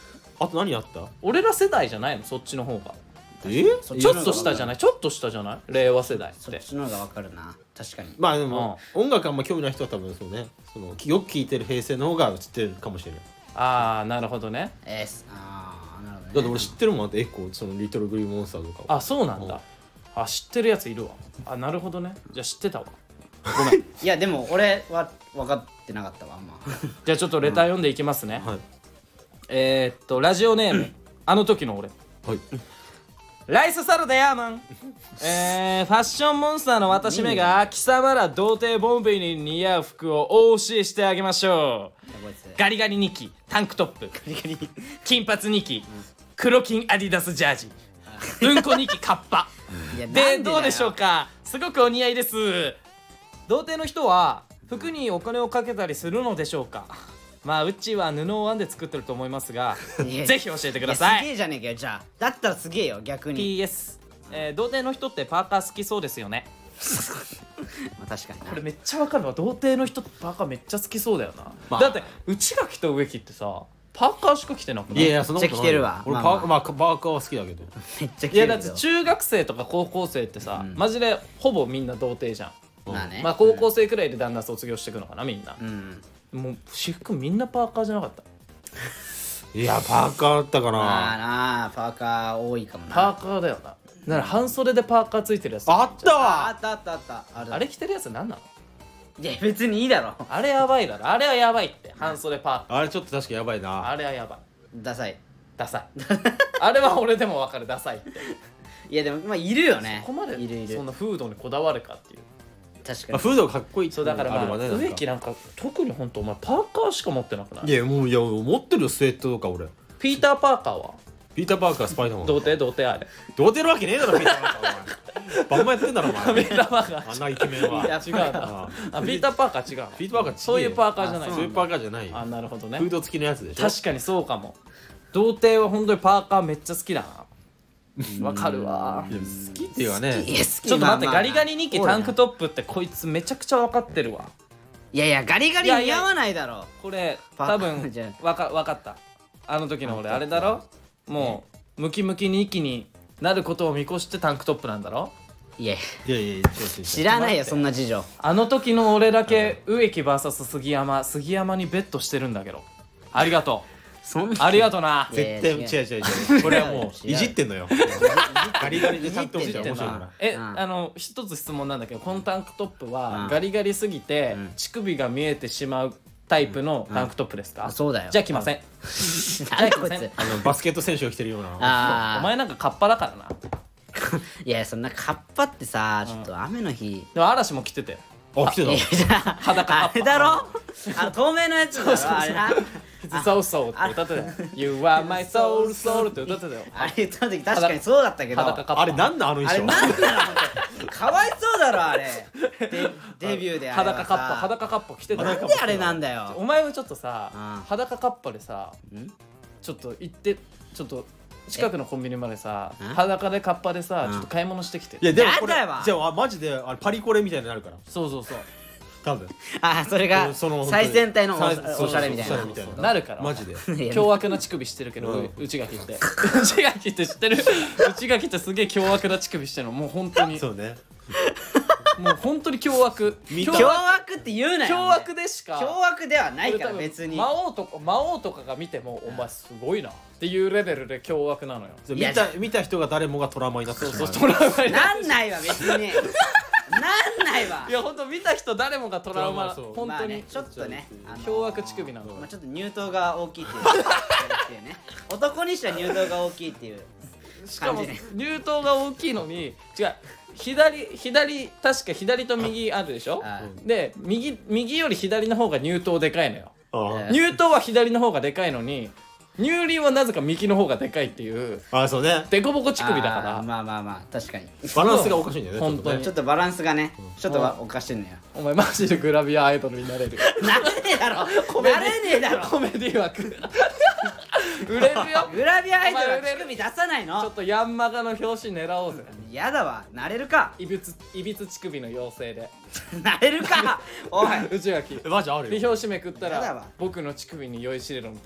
C: あと何あった？
B: 俺ら世代じゃないのそっちの方が。
A: そ
B: ちょっと下じゃない？ちょっと下じゃない？令和世代っ。
A: そってちの方がわかるな確かに。
C: まあでも音楽あんま興味ない人は多分そうね、そのよく聴いてる平成の方が知ってるかもしれない。
B: ああなるほどね。
A: ああなるほどね。
C: だって俺知ってるもん、エコー、そのリトルグリーンモンスターとかは。
B: あそうなんだ。あ知ってるやついるわ。あなるほどね。じゃあ知ってたわ。ごめん。
A: いやでも俺は分かってなかったわあんま。
B: じゃあちょっとレター読んでいきますね。
C: はい
B: ラジオネームあの時の俺。
C: はい。
B: ライスサラダヤーマン。ファッションモンスターの私めが貴様ら童貞ボンビーに似合う服をお教えしてあげましょう。ガリガリニキタンクトップ、金髪ニキ黒金アディダスジャージ、うんこニキカッパでどうでしょうか。すごくお似合いです。童貞の人は服にお金をかけたりするのでしょうか。まあうちは布を編んで作ってると思いますがぜひ教えてください。
A: すげえじゃねえかよ。じゃあだったらすげえよ逆に。
B: PS、童貞の人ってパーカー好きそうですよね。
A: まあ確かにな。
B: これめっちゃわかるわ。童貞の人ってパーカーめっちゃ好きそうだよな、
C: まあ
B: だって内垣と植木ってさパーカーしか着てなくない？
C: いやいや、そんなことない。
A: めっちゃ着てるわ
C: 俺
A: まあまあ
C: パーカーは好きだけど。
A: めっちゃ
B: いやだ
A: るよ
B: って中学生とか高校生ってさ、マジでほぼみんな童貞じゃん。
A: まあね。
B: まあ高校生くらいでだんだん卒業していくのかなみんな、
A: うん
B: もう私服みんなパーカーじゃなかった？
C: いや、パーカーあったか
A: まあ
C: な。
A: なあパーカー多いかもな。
B: パーカーだよな。だから半袖でパーカーついてるやつ
C: あった
A: あ
C: わ。
A: ったあったあった
B: あれ着てるやつなんなの？
A: いや別にいいだろ。
B: あれやばいだろ。あれはやばいって半袖パー
C: あれちょっと確かやばい
B: カー
C: な。
B: あれはやばい。
A: ダサい。
B: ダサいあれは俺でもわかる。ダサいって
A: いやでもまあいるよね。
B: ここまで
A: いるいる
B: そんなフードにこだわるかっていう。
A: 確かに。
C: まあフードがかっこいいって
B: そうだからまあ
C: あれはねなんか
B: 植木なんか特に本当お前パーカーしか持ってなくない？
C: いやもういや持ってるよスウェットとか俺。
B: ピーター・パーカーは
C: ピーター・パーカースパイダーマン。
B: 童貞あれ。
C: 童貞のわけねえだろピーター・パーカーお前。バンバンやってんだろお前。
B: ピーター・パーカー
C: あんなイケメンは。
B: 違うな。
C: あ
B: あピーター・パーカー違う。
C: ピーター・パーカー違えよ
B: そういうパーカーじゃない。
A: あ
C: そういうパーカーじゃないよ。
B: あなるほどね
C: フー。ド付きのやつでしょ。
B: 確かにそうかも。童貞は本当にパーカーめっちゃ好きだな。わかるわ。
C: いや好きっていうかね。
A: いや好き。
B: ちょっと待って、
A: まあまあ
B: ガリガリニキタンクトップってこいつめちゃくちゃ分かってるわ。
A: いやいやガリガリ似合わないだろ。
B: これ
A: パ
B: 多分
A: ーカーじゃん
B: わかった。あの時の俺あれだろ。もうムキムキニキになることを見越してタンクトップなんだろ。
A: いや
C: いやいや違う違う違う。
A: 知らないよそんな事情。
B: あの時の俺だけ植木 VS 杉山にベットしてるんだけど。ありがと
A: そんな
B: うありがとうな。
C: 絶対違う。これはもういじってんのよ。ガリガリでタンクトップじゃ面白いから。
B: 一つ質問なんだけど、このタンクトップ
A: うん
B: はガリガリすぎて乳首が見えてしまうタイプのタンクトップですか？
A: そうだよ。
B: じゃあ着ません。
A: なんだこいつ。
C: バスケット選手が着てるような。
A: あ
B: お前なんかカッパだからな。
A: いやそんなカッパってさちょっと雨の日。
B: でも嵐も着てて。
C: あ来てた
A: いや。じゃあ
B: 裸カッパ
A: あれだろ。透明のやつだろあれな。
B: そうそうって歌ってたよ。You are my soul soul って歌ってたよ。
A: あれ言った時確かにそうだったけど。
B: 裸カッパ。
C: あれなんだあの
A: あれ
C: 衣装。
A: なんだろう。かわいそうだろあれ。デビューであれはさ。
B: 裸カッパ着てたよ。
A: なんであれなんだよ。
B: お前はちょっとさ
A: うん
B: 裸カッパでさちょっと行ってちょっと近くのコンビニまでさ
A: え
B: 裸でカッパでさ
A: うん
B: ちょっと買い物してきて。
C: いやでもこれ
A: やだわ
C: じゃあマジであれパリコレみたいになるから
B: そうそうそう
C: 多分。
A: あそれが
C: その
A: 最先端の
C: そう
A: おしゃれみたいな
C: おしゃれみたいな
B: なるから
C: マジで。
A: いや
B: 凶悪な乳首してるけど内垣って内垣って知ってる？内垣ってすげえ凶悪な乳首してるのもう本当に
C: そうね。
B: もう本当に凶悪
C: 見た
A: 凶悪って言うなよ
B: 凶悪でしか
A: 凶悪ではないから
B: 俺多分
A: 別に。
B: 魔王とかが見てもお前すごいなっていうレベルで凶悪なのよ。
C: そう
A: いや
C: 見た人が誰もがトラウマになってしまう。
B: トラウマにな
A: なんないわ別に。なんないわ
B: い。や本当見た人誰もがトラウマ
C: そう
B: 本当に
A: まあねちょっとね
B: 凶悪乳首なの
A: まあちょっと乳頭が大きいっていうね。男にしては乳頭が大きいっていう
B: しかも
A: 感じね。
B: 乳頭が大きいのに違う左確か左と右あるでしょ
A: あ
B: で右より左の方が乳頭でかいのよ。
C: あ
B: 乳頭は左の方がでかいのに乳輪はなぜか右の方がでかいっていう
C: あそうね。
B: デコボコ乳首だから
A: まあまあまあ確かに
C: バランスがおかしいんだよね。
B: 本当に
C: ちょっ
A: ちょっとバランスがねちょっとおかしいんだよ。
B: お前マジでグラビアアイドルになれる
A: なれねえだろなれねえだろ。
B: コメディ枠売れるよ
A: グラビアアイドル
B: お前売れる
A: は乳首出さない
B: ちょっ
A: の。
B: とヤンマガの表紙狙おうぜ。
A: やだわなれるか。
B: いびつ乳首の妖精で
A: なれるかおい。
B: 内垣
C: とマジあるよ。
B: で表紙めくったら
A: やだわ
B: 僕の乳首に酔いしれろみたいな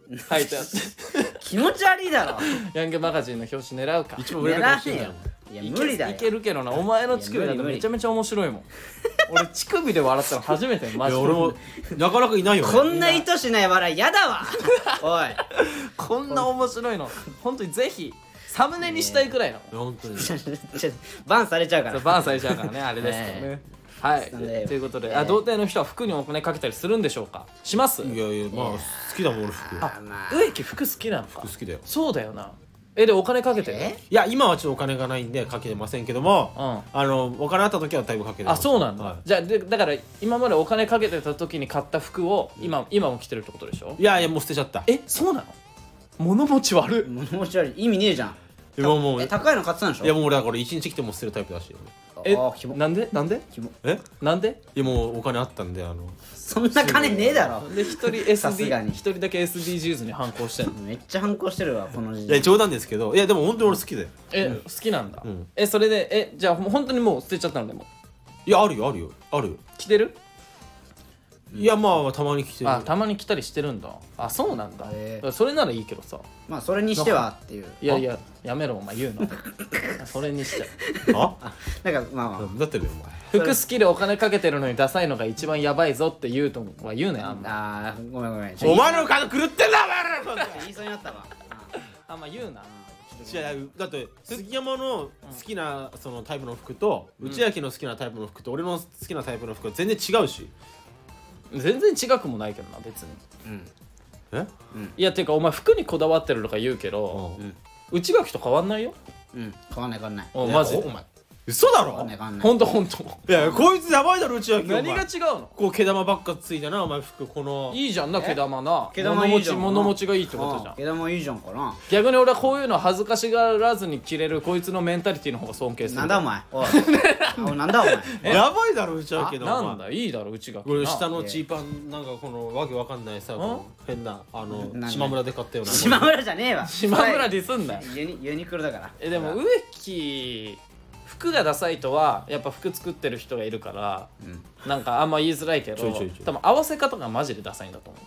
B: 書いてあって
A: 気持ち悪いだろ。
B: ヤングマガジンの表紙狙うか
C: 一番売れるかもしれない
A: 狙わねえよ。いや無理だよ。
B: いけるけどな、お前の乳首だとめちゃめちゃ面白いもん。俺乳首で笑ったの初めてマジで。
C: いや俺もなかなかいないよね。
A: こんな意図しない笑いやだわ。おい。
B: こんな面白いの本当にぜひサムネにしたいくらいの、
C: 本当に
A: バンされちゃうから。
B: バーンされちゃうからねあれですけどね。はいということで、童貞の人は服にお金かけたりするんでしょうか。します？
C: いやいやまあ好きだもん俺服
A: まあ
B: 植木服好きなのか。
C: 好きだよ。
B: そうだよな。でお金かけてる？
A: え
C: いや今はちょっとお金がないんでかけてませんけども、お金あった時はだいぶかけてます。
B: そうなんだ、
C: は
B: じゃあだから今までお金かけてた時に買った服を今も着てるってことでしょ。
C: いやいやもう捨てちゃった。
B: そうなの？物持ち悪い。
A: 物持ち悪い。意味ねえじゃん。
C: もう
A: 高いの買ってたんでしょ。
C: いやもう俺だから1日着ても捨てるタイプだし。
A: キモ
B: なんで
A: キモ。
B: なんで
C: いやもうお金あったんで
A: そんな金ねえだろ。
B: で一人
A: さすがに
B: 一人だけ SDGs に反抗してんの。
A: めっちゃ反抗してるわこの時
C: いや冗談ですけど、いやでも本当に俺好きだよ。
B: 好きなんだ、
C: うん
B: それでじゃあ本当にもう捨てちゃったの？でも
C: いやあるよ
B: 着てる？
C: いやまあたまに着てる。
B: たまに着たりしてるんだ。そうなんだ、
A: へー
B: だからそれならいいけどさ。
A: まあそれにしてはっていう
B: いやいややめろお前言うのそれにしちゃ
C: あ
A: なんかまあま
C: だってねお前
B: 服好きでお金かけてるのにダサいのが一番やばいぞって言うとは言うねあんま
A: あごめん
C: お前の顔狂ってんだお前ら
A: 言いそうになったわ
B: あんま言うな。
C: 違うだって杉山の好きなそのタイプの服と内明の好きなタイプの服と俺の好きなタイプの服は全然違うし。
B: 全然違くもないけどな別に。
C: え
B: いやていうかお前服にこだわってるとか言うけど、内垣と変わんないよ。
A: 変わんない
B: マジ
C: お前嘘だろ。
A: 変わんない
B: ほんと
C: いやこいつやばいだろ内明。
B: 何が違うの？
C: こう毛玉ばっかついてなお前服この
B: いいじゃんな毛玉な。
A: 毛玉いいじゃん
B: 物持ちがいいってことじゃん。
A: 毛玉いいじゃんかな。
B: 逆に俺はこういうの恥ずかしがらずに着れるこいつのメンタリティの方が尊敬する。
A: なんだお前おいなんだお前
C: やばいだろ内明の
B: なんだいいだろ内垣な。
C: 俺下のチーパンなんかこのわけわかんないさこの変な
A: なん
C: 島村で買ったような
A: 島村じゃねえわ
B: 島村ディスんなよ。
A: ユニクロだから
B: でも植木服がダサいとはやっぱ服作ってる人がいるから、なんかあんま言いづらいけど
C: ちょい
B: 多分合わせ方がマジでダサいんだと思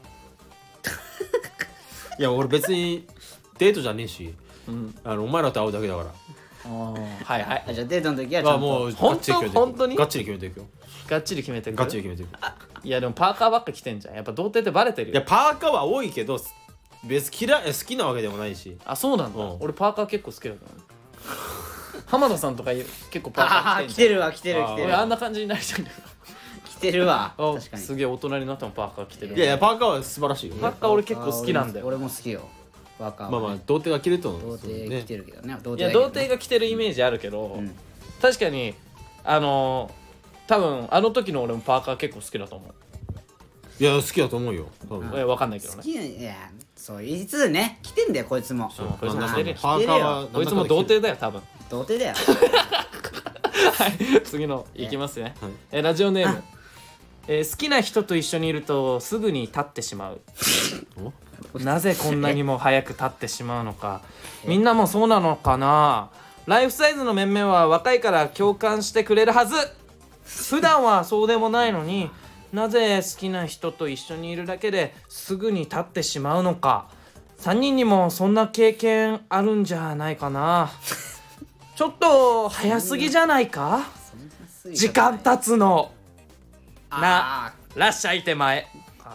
C: いや俺別にデートじゃねえし
B: う。
C: お前らと会うだけだから
B: はいはい
A: じゃあデートの時はちゃん
C: もう
A: と
B: 本当に
C: ガッチリ決めていくよ。
B: がっちり決めてくる。
C: ガッチリ決めていく。
B: いやでもパーカーばっか着てんじゃん。やっぱ童貞ってバレてるよ。
C: いやパーカーは多いけど別に好きなわけでもないし。
B: そうなんだ、俺パーカー結構好きだからね浜田さんとか結構パーカー着
A: 来
B: てんじゃん。
A: てるわ来てる
B: 俺あんな感じになりたいんだよ
A: 来てるわ確かに
B: すげえ大人になってもパーカー着てる。
C: いやパーカーは素晴らしいよ。
B: パーカー俺結構好きなんだよ。
A: 俺も好きよパーカー
C: まあまあ童貞が着ると思う
A: 童貞来てるけどね
B: いや童貞が着てるイメージあるけど、確かに多分あの時の俺もパーカー結構好きだと思う。
C: いや好きだと思うよ多分。
B: 分かんないけどね。
A: 好きいやそう言いつつね来てんだよこいつも
B: こいつも着てるよ。
C: パーカーは
B: こいつも童貞だよ多分。
A: 童貞だよ
B: はい次のいきますね、ラジオネーム、好きな人と一緒にいるとすぐに立ってしまうなぜこんなにも早く立ってしまうのかみんなもそうなのかな。ライフサイズの面々は若いから共感してくれるはず。普段はそうでもないのになぜ好きな人と一緒にいるだけですぐに立ってしまうのか。3人にもそんな経験あるんじゃないかな。ちょっと早すぎじゃないか。時間経つのならっしゃい手前。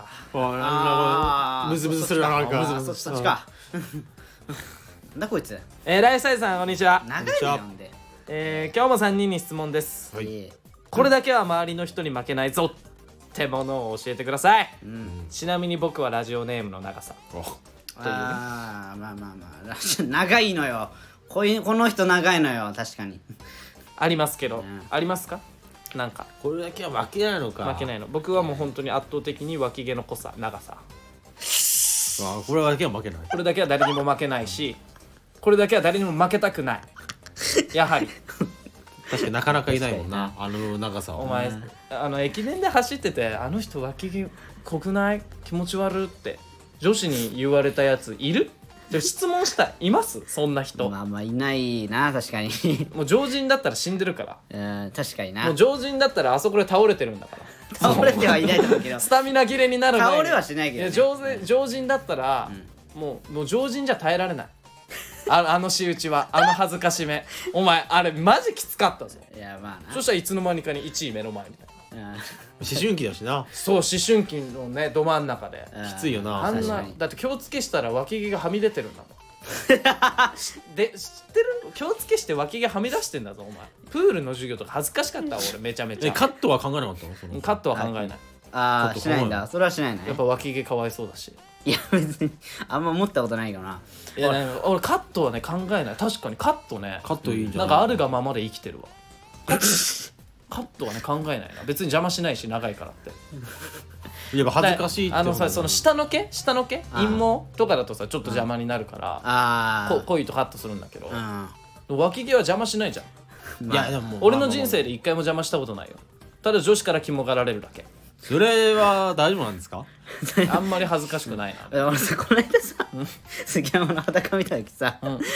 C: ムズムズするななんか。
A: そっちかなんだこいつ
B: ライフサイズさんこんにちは。
A: 長いね呼んで
B: 今日も3人に質問です、これだけは周りの人に負けないぞってものを教えてください、ちなみに僕はラジオネームの長さ。
A: まあ長いのよこの人長いのよ確かに
B: ありますけど、ありますかなんか
C: これだけは負けないのか。
B: 負けないの。僕はもう本当に圧倒的に脇毛の濃さ長さ。
C: これだけは負けない。
B: これだけは誰にも負けないしこれだけは誰にも負けたくないやはり
C: 確かになかなかいないもんなあの長さは。
B: お前駅伝で走っててあの人脇毛濃くない気持ち悪って女子に言われたやついる？ でも質問したいますそんな人、
A: まあまあいないな確かに
B: もう常人だったら死んでるから
A: うん確かにな
B: もう常人だったらあそこで倒れてるんだから
A: 倒れてはいないと思うけど
B: スタミナ切れになる前に
A: 倒れはしないけどね
B: や常人だったら、もう常人じゃ耐えられないあの仕打ちはあの恥ずかしめお前あれマジきつかったぞ
A: いやまあな
B: そしたらいつの間にかに1位目の前みたいな
A: うん
C: 思春期だしな。
B: そう思春期のねど真ん中で
C: きついよな。
B: あん
A: 確かに
B: なだって気をつけしたら脇毛がはみ出てるんだもんで知ってる気をつけして脇毛はみ出してんだぞお前プールの授業とか恥ずかしかったわ俺めちゃめちゃ
C: カットは考えなかったの？その
B: カットは考えない
A: ああしないん
C: ちょっと
A: だそれはしないね
B: やっぱ脇毛かわいそうだし
A: いや別にあんま思ったことないけどない
B: やなんか俺カットはね考えない確かにカットね
C: カットいいんじゃ
B: な
C: なんい？
B: かあるがままで生きてるわカットはね考えないな別に邪魔しないし長いからって
C: やっぱ恥ずかしいって
B: あのさその下の毛
A: あー
B: 陰毛とかだとさちょっと邪魔になるから
A: ああ
B: 濃いとカットするんだけど
A: うん
B: 脇毛は邪魔しないじゃん
C: いやでも
B: 俺の人生で一回も邪魔したことないよただ女子から肝がられるだけ
C: それは大丈夫なんですか？
B: あんまり恥ずかしくないな
A: 俺さこの間さ杉山の裸見た時さなんか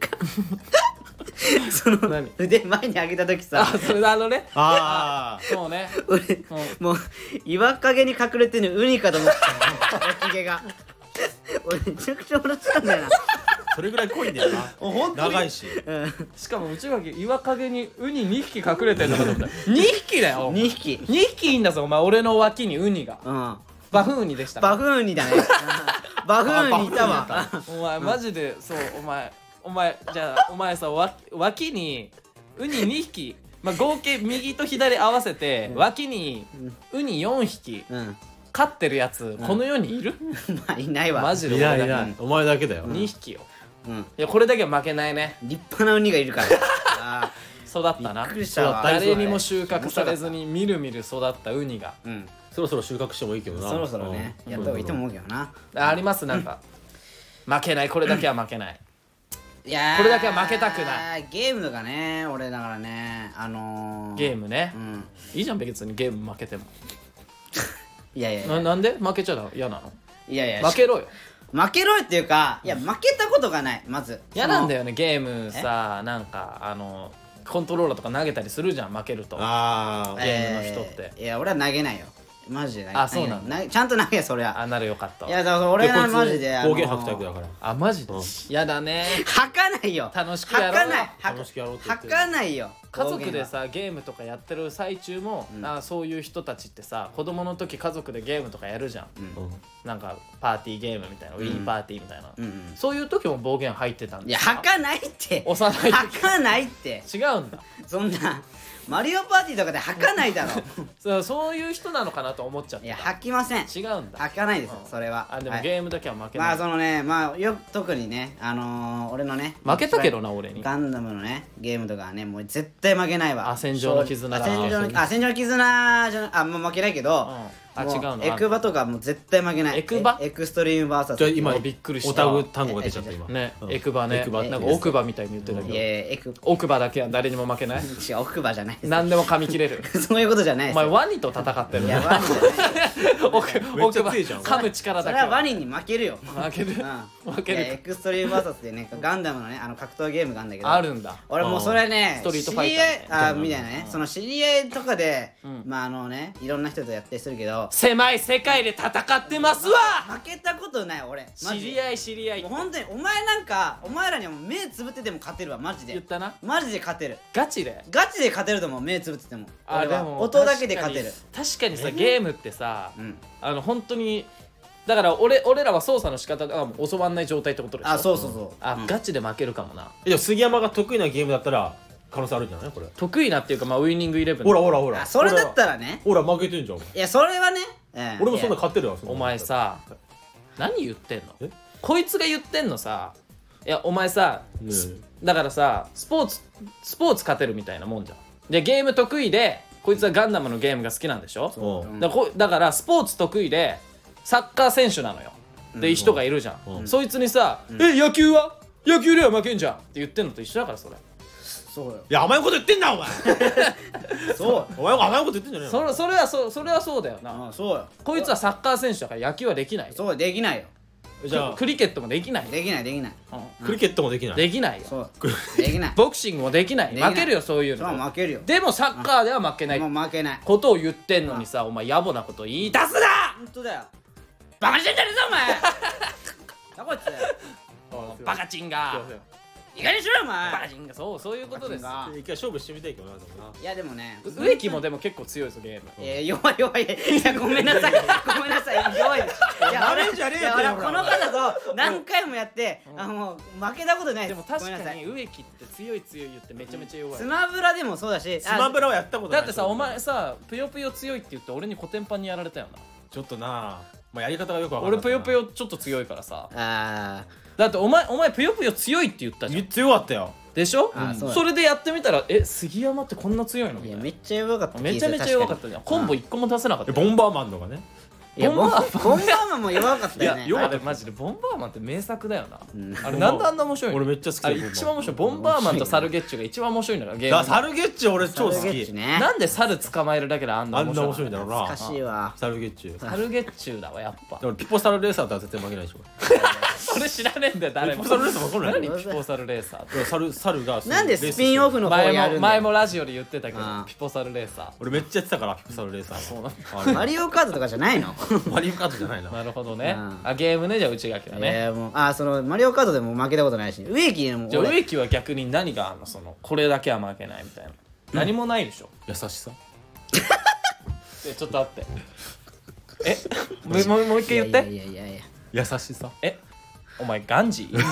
A: その
B: 何
A: 腕前に上げた時
B: あ
A: さ
B: それあのね
C: ああ
B: そうね
A: 俺もう岩陰に隠れてるウニかと思ったの脇毛が俺めちゃくちゃ笑ってたんだよな
C: それぐらい濃いんだよな。
B: 本当に
C: 長いし。
B: しかも内垣岩陰にウニ2匹隠れてんのかと思った2匹だよお前
A: 2匹
B: 2匹いいんだぞお前俺の脇にウニが
A: うん
B: バフンウニでした
A: バフンウニだねバフンウニいたわ
B: お前マジでそうお前じゃあお前さ脇にウニ2匹まあ合計右と左合わせて脇にウニ4匹
A: うん
B: 飼ってるやつこの世にいる
A: まあいないわ
B: マジで
C: いないい
B: 俺だけ
C: ない。お前だけだよ。
B: 2匹よ
A: うん
B: いやこれだけは負けないね
A: 立派なウニがいるからあ
B: 育ったな
A: びっくりしたわ
B: 誰にも収穫されずにみるみる育ったウニが
A: ーうん
C: そろそろ収穫してもいいけどな。
A: そろそろねやった方がいいと思うけどな
B: ありますなんか負けないこれだけは負けない
A: いやー
B: これだけは負けたくない
A: ゲームとかね俺だからね
B: ゲームね
A: うん
B: いいじゃん別にゲーム負けても
A: いやいやいや
B: なんで負けちゃ嫌なの
A: いやいや
B: 負けろよ
A: 負けろよっていうかいや負けたことがないまず
B: 嫌なんだ
A: よ
B: よねゲームさなんかコントローラーとか投げたりするじゃん負けると
C: ああ。
B: ゲームの人って
A: いや俺は投げないよマジで投げない
B: あそうなんだ
A: ちゃんと投げそりゃ
B: あならよかったわ
A: いやだから俺はマジで
C: 暴言吐くタイプだから。
B: あマジで嫌だね
A: 吐かないよ
B: 楽しくやろう
A: 吐かない
C: 楽しくやろうって言って
A: 吐
C: る
A: かないよ
B: 家族でさゲームとかやってる最中も、
A: ん
B: そういう人たちってさ子供の時家族でゲームとかやるじゃん、
C: うん
B: なんかパーティーゲームみたいな、ウィーパーティーみたいな、
A: うんうん
B: そういう時も暴言入ってたん
A: いや
B: ですか
A: 吐かないって
B: 幼い時
A: 吐かないって
B: 違うんだ
A: そんなマリオパーティーとかで吐かないだろ
B: そういう人なのかなと思っちゃって
A: いや
B: た
A: 吐きません
B: 違うんだ
A: 吐かないですよ
B: うん
A: それは
B: あでも
A: はい
B: ゲームだけは負けない、
A: まあそのねまあ特にね俺のね
B: 負けたけどな俺に
A: ガンダムのねゲームとかはねもう絶対負けないわ
B: あ戦場の絆だ
A: 戦場の絆じゃあんま負けないけども
B: あ違うの
A: エクバとかもう絶対負けない
B: エクバ
A: エクストリームバーサス
C: じゃあ今
B: びっくりした
C: オタク単語が出ちゃった今。
B: ね、
C: うん
B: エクバね
C: エクバ
B: なんか奥歯みたいに言ってた
A: い
B: け
A: やいや
B: ど奥歯だけは誰にも負けない
A: 違う奥歯じゃないです
B: 何でも噛み切れる
A: そういうことじゃないです
B: お前ワニと戦ってる
A: いやワニじゃない
B: 奥歯
C: 強いじゃん
B: 噛む力
A: それは
B: だけ
A: ワニに負けるよ
B: 負ける
A: うん
B: 負け
A: いやエ
B: る
A: クストリームバーサスでねガンダムのね格闘ゲームがあるんだけど
B: あるんだ
A: 俺もうそれね
B: ストリートファイ
A: 知り
B: ター
A: 合いみたいなねその知り合いとかで
B: ん
A: まあいろんな人とやったりするけど
B: 狭い世界で戦ってますわ
A: 負けたことない俺マジで
B: 知り合い知り合い
A: もう本当にお前なんかお前らにはもう目つぶってても勝てるわマジで
B: 言ったな
A: マジで勝てる
B: ガチで
A: ガチで勝てると思う目つぶってても俺は
B: あでも
A: 音だけで勝てる
B: 確かにさゲームってさ
A: うん
B: 本当にだから俺らは操作の仕方がもう教わんない状態ってことでしょ
A: そうそうそううん
B: ガチで負けるかもな
C: じゃあ杉山が得意なゲームだったら可能性あるんじゃないこれ。
B: 得意なっていうかまあウイニングイレブン
C: ほらほらほら。
A: あそれだったらね
C: ほら負けてんじゃん。
A: いやそれはね
C: 俺もそんな勝ってるわ。
B: お前さ何言ってんの
C: え
B: こいつが言ってんのさいやお前さ
C: ね
B: だからさスポーツ勝てるみたいなもんじゃんでゲーム得意でこいつはガンダムのゲームが好きなんでしょ
C: うん
B: だからスポーツ得意でサッカー選手なのよで人がいるじゃんそいつにさ「野球は野球では負けんじゃん」って言ってんのと一緒だからそれ
A: そうよ
C: いや甘いこと言ってんなお前。
A: そう
C: お前甘いこと言ってんじゃねえの。
B: それはそうだよな
A: そうよ
B: こいつはサッカー選手だから野球はできないよ
A: そうできないよ
C: じゃあ
B: クリケットもできない。
A: できないできない
C: クリケットもできない。
B: できないよ。
A: そうできない
B: ボクシングもできない。
A: できない
B: 負けるよそういう
A: そう
B: の。
A: 負けるよ
B: でもサッカーでは負けない
A: もう負けない
B: ことを言ってんのにさ、お前野暮なこと言い出すな。
A: 本当だよバカにしてんじゃねえぞお前なこいつ
B: バカチンが。
A: いかにしろよお前
B: バカチンが。そういうことです。
A: バカチンが
C: 一回勝負してみたいけどな、でもな。
A: いやでもね
B: 植木もでも結構強いぞゲーム。
A: 弱い弱いいやごめんなさいごめんなさい弱いですいや
C: なめんじゃねえよ
A: 俺
C: ほら
A: この方と何回もやってもう負けたことないです
B: でも確
A: ごめんなさい
B: かに植木って強い言ってめちゃめちゃ弱い
A: ス。マブラでもそうだし
C: スマブラはやったことない。
B: だってさお前さぷよぷよ強いって言って俺にコテンパンにやられたよな。
C: ちょっとな、まあやり方がよくわかんない。
B: 俺ぷよぷよちょっと強いからさ。
A: あ
B: だってお前ぷよぷよ強いって言ったじゃん。
C: 強かったよ。
B: でしょ
A: あそうだ
B: それでやってみたら杉山ってこんな強いのみたいな。
A: いやめっちゃ弱かった
B: めちゃめちゃ弱かったじゃん。コンボ1個も出せなかったよ。
C: ボンバーマンとかね。
A: いやボンバ
B: ボンバ
A: ーマンも弱かったよね
B: あれマジでボンバーマンって名作だよな、
A: ん
B: あれなんであんな面白いの。
C: 俺めっちゃ好きだよ
B: あれ一番面白い。ボンバーマンとサルゲッチュが一番面白いんだからゲーム
C: だサルゲッチュ俺超好
A: サルゲッチ
C: き。
A: ね
B: なんで猿捕まえるだけであんな
C: あんな面
B: 面白いの。
C: 白いんだろうな。
A: 懐かしいわ
C: サルゲッチュ。
B: サルゲッチュだわやっぱ。
C: でもピポサルレーサーとは絶対負けないでしょ。
B: それ知らねえんだよ誰も。
C: ピポサルレーサーわかんない。
B: 何ピポサルレーサーって。
C: でも猿が
A: なんでスピンオフの方やるんだよ
B: 前もラジオで言ってたけど
A: ああ
B: ピポサルレーサ
C: 俺めっちゃやってたからピポサルレーサー。
B: そうなん
C: あれ
A: マリオカートとかじゃないの
C: マリオカートじゃないな
B: ー。なるほどね、
A: うん
B: ゲームね。じゃあ内垣だね、
A: もうそのマリオカートでも負けたことないし植木でも
B: じゃあ
A: 俺
B: 植木は逆に何があんのそのこれだけは負けないみたいな、何もないでしょ。
C: 優しさ。
B: ちょっと待ってもう一回言って。
A: いやいや
C: 優しさ。
B: お前ガンジー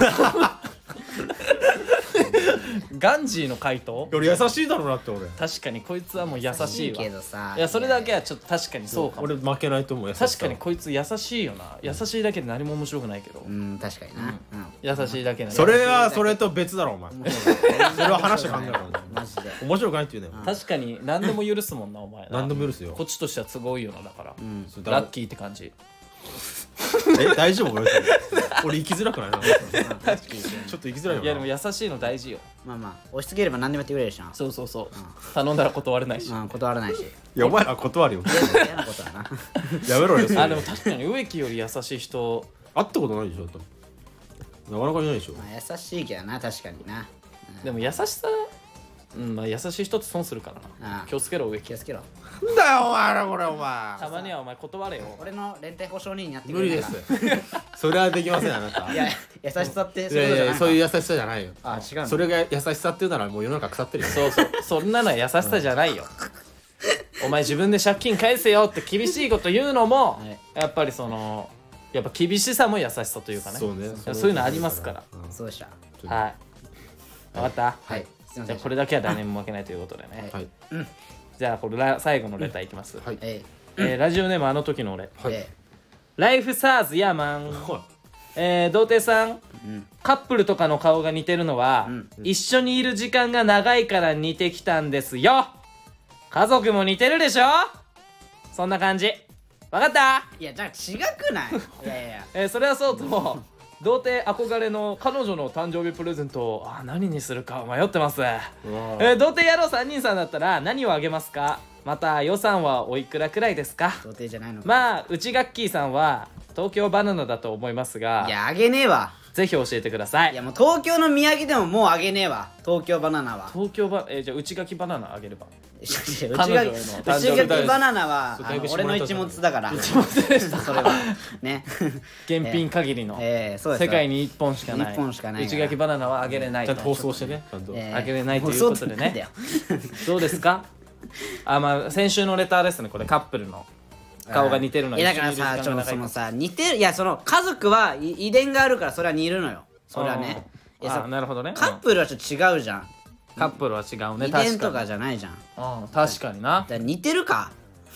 B: ガンジーの回答。
C: 俺優しいだろうなって俺。
B: 確かにこいつはもう優しいわ。
A: けどさ
B: いやそれだけはちょっと確かにそうかも。
C: 俺負けないと思う。優しさは
B: 確かにこいつ優しいよな。優しいだけで何も面白くないけど、
A: うん確かにな
B: 優しいだけで
C: それはそれと別だろお前。それは話して考えろ。
A: マジで
C: 面白くないって言うね。
B: 確かに何でも許すもんなお前な。
C: 何でも許すよ
B: こっちとしては都合いいよな。だから、
C: そう
B: ラッキーって感じ。
C: 大丈夫俺生きづらくないな。ちょっと生きづらいよな。
B: いやでも優しいの大事よ。
A: まあ押し付ければ何でもやってくれるしな
B: そう、頼んだら断れないし、
A: 断らないし
C: いやお前ら断るよ。
A: 嫌なことはな
C: やめろよ。それ
B: あでも確かに植木より優しい人
C: 会ったことないでしょ。なかなかいないでしょ。
A: まあ優しいけどな確かにな
B: でも優しさまあ優しい人って損するからな。
A: ああ
B: 気をつけろ植木。
A: 気をつけろ
C: なんだよお前らこれお前。
B: たまにはお前断れよ。
A: 俺の連帯保証人になってく
C: 無理で
A: れないか
C: す。それはできませんあなた。
A: いや優しさって
C: いやいやそういう
A: う
C: 優しさじゃないよ。
A: 違うの
C: それが優しさっていうならもう世の中腐ってるよ。
B: そうそんなのは優しさじゃないよ。お前自分で借金返せよって厳しいこと言うのも、
A: はい
B: やっぱりやっぱ厳しさも優しさというかね。
C: そうね。
B: そういうのありますから。
A: そうでした
B: はい。分かった。
A: はいすいません
B: じゃあこれだけは誰にも負けないということでね。
C: はい
B: じゃあこれ最後のレターいきます。
C: はい
B: ラジオネームあの時の俺。
C: はい
B: ライフサーズヤーマン。童貞さん、カップルとかの顔が似てるのは、一緒にいる時間が長いから似てきたんですよ。家族も似てるでしょ。そんな感じ。分かった。
A: いやじゃあ違くないいやいや
B: それはそうと童貞憧れの彼女の誕生日プレゼント何にするか迷ってます。童貞野郎3人さんだったら何をあげますか。また予算はおいくらくらいですか。
A: 童貞じゃないのか
B: まあ内ガッキーさんは東京バナナだと思いますが、
A: いやあげねえわ
B: ぜひ教えてください。
A: いやもう東京の土産でももうあげねえわ東京バナナは
B: 東京じゃあ内垣バナナあげれば。
A: 内垣
B: 彼女への誕生日
A: 内垣バナナは
C: だいぶ
A: 俺の一物だから
B: 一物でした
A: それはね
B: 現品限りの、
A: そうです
B: 世界に1本しかない
A: 一本しかないから
B: 内垣バナナはあげれない
C: ちゃんと放送してねちゃんと。
B: あげれないということでね
A: 放送ってなんだよ
B: どうですか。まあ先週のレターですね。これカップルの顔が似てるのは
A: だからさちょっとそのさ似てるいやその家族は遺伝があるからそれは似るのよそれはねいや
B: なるほどね。
A: カップルはちょっと違うじゃん
B: カップルは違うね。
A: 遺伝
B: 確かに
A: とかじゃないじゃん
B: 確かにな。
A: だから似てるか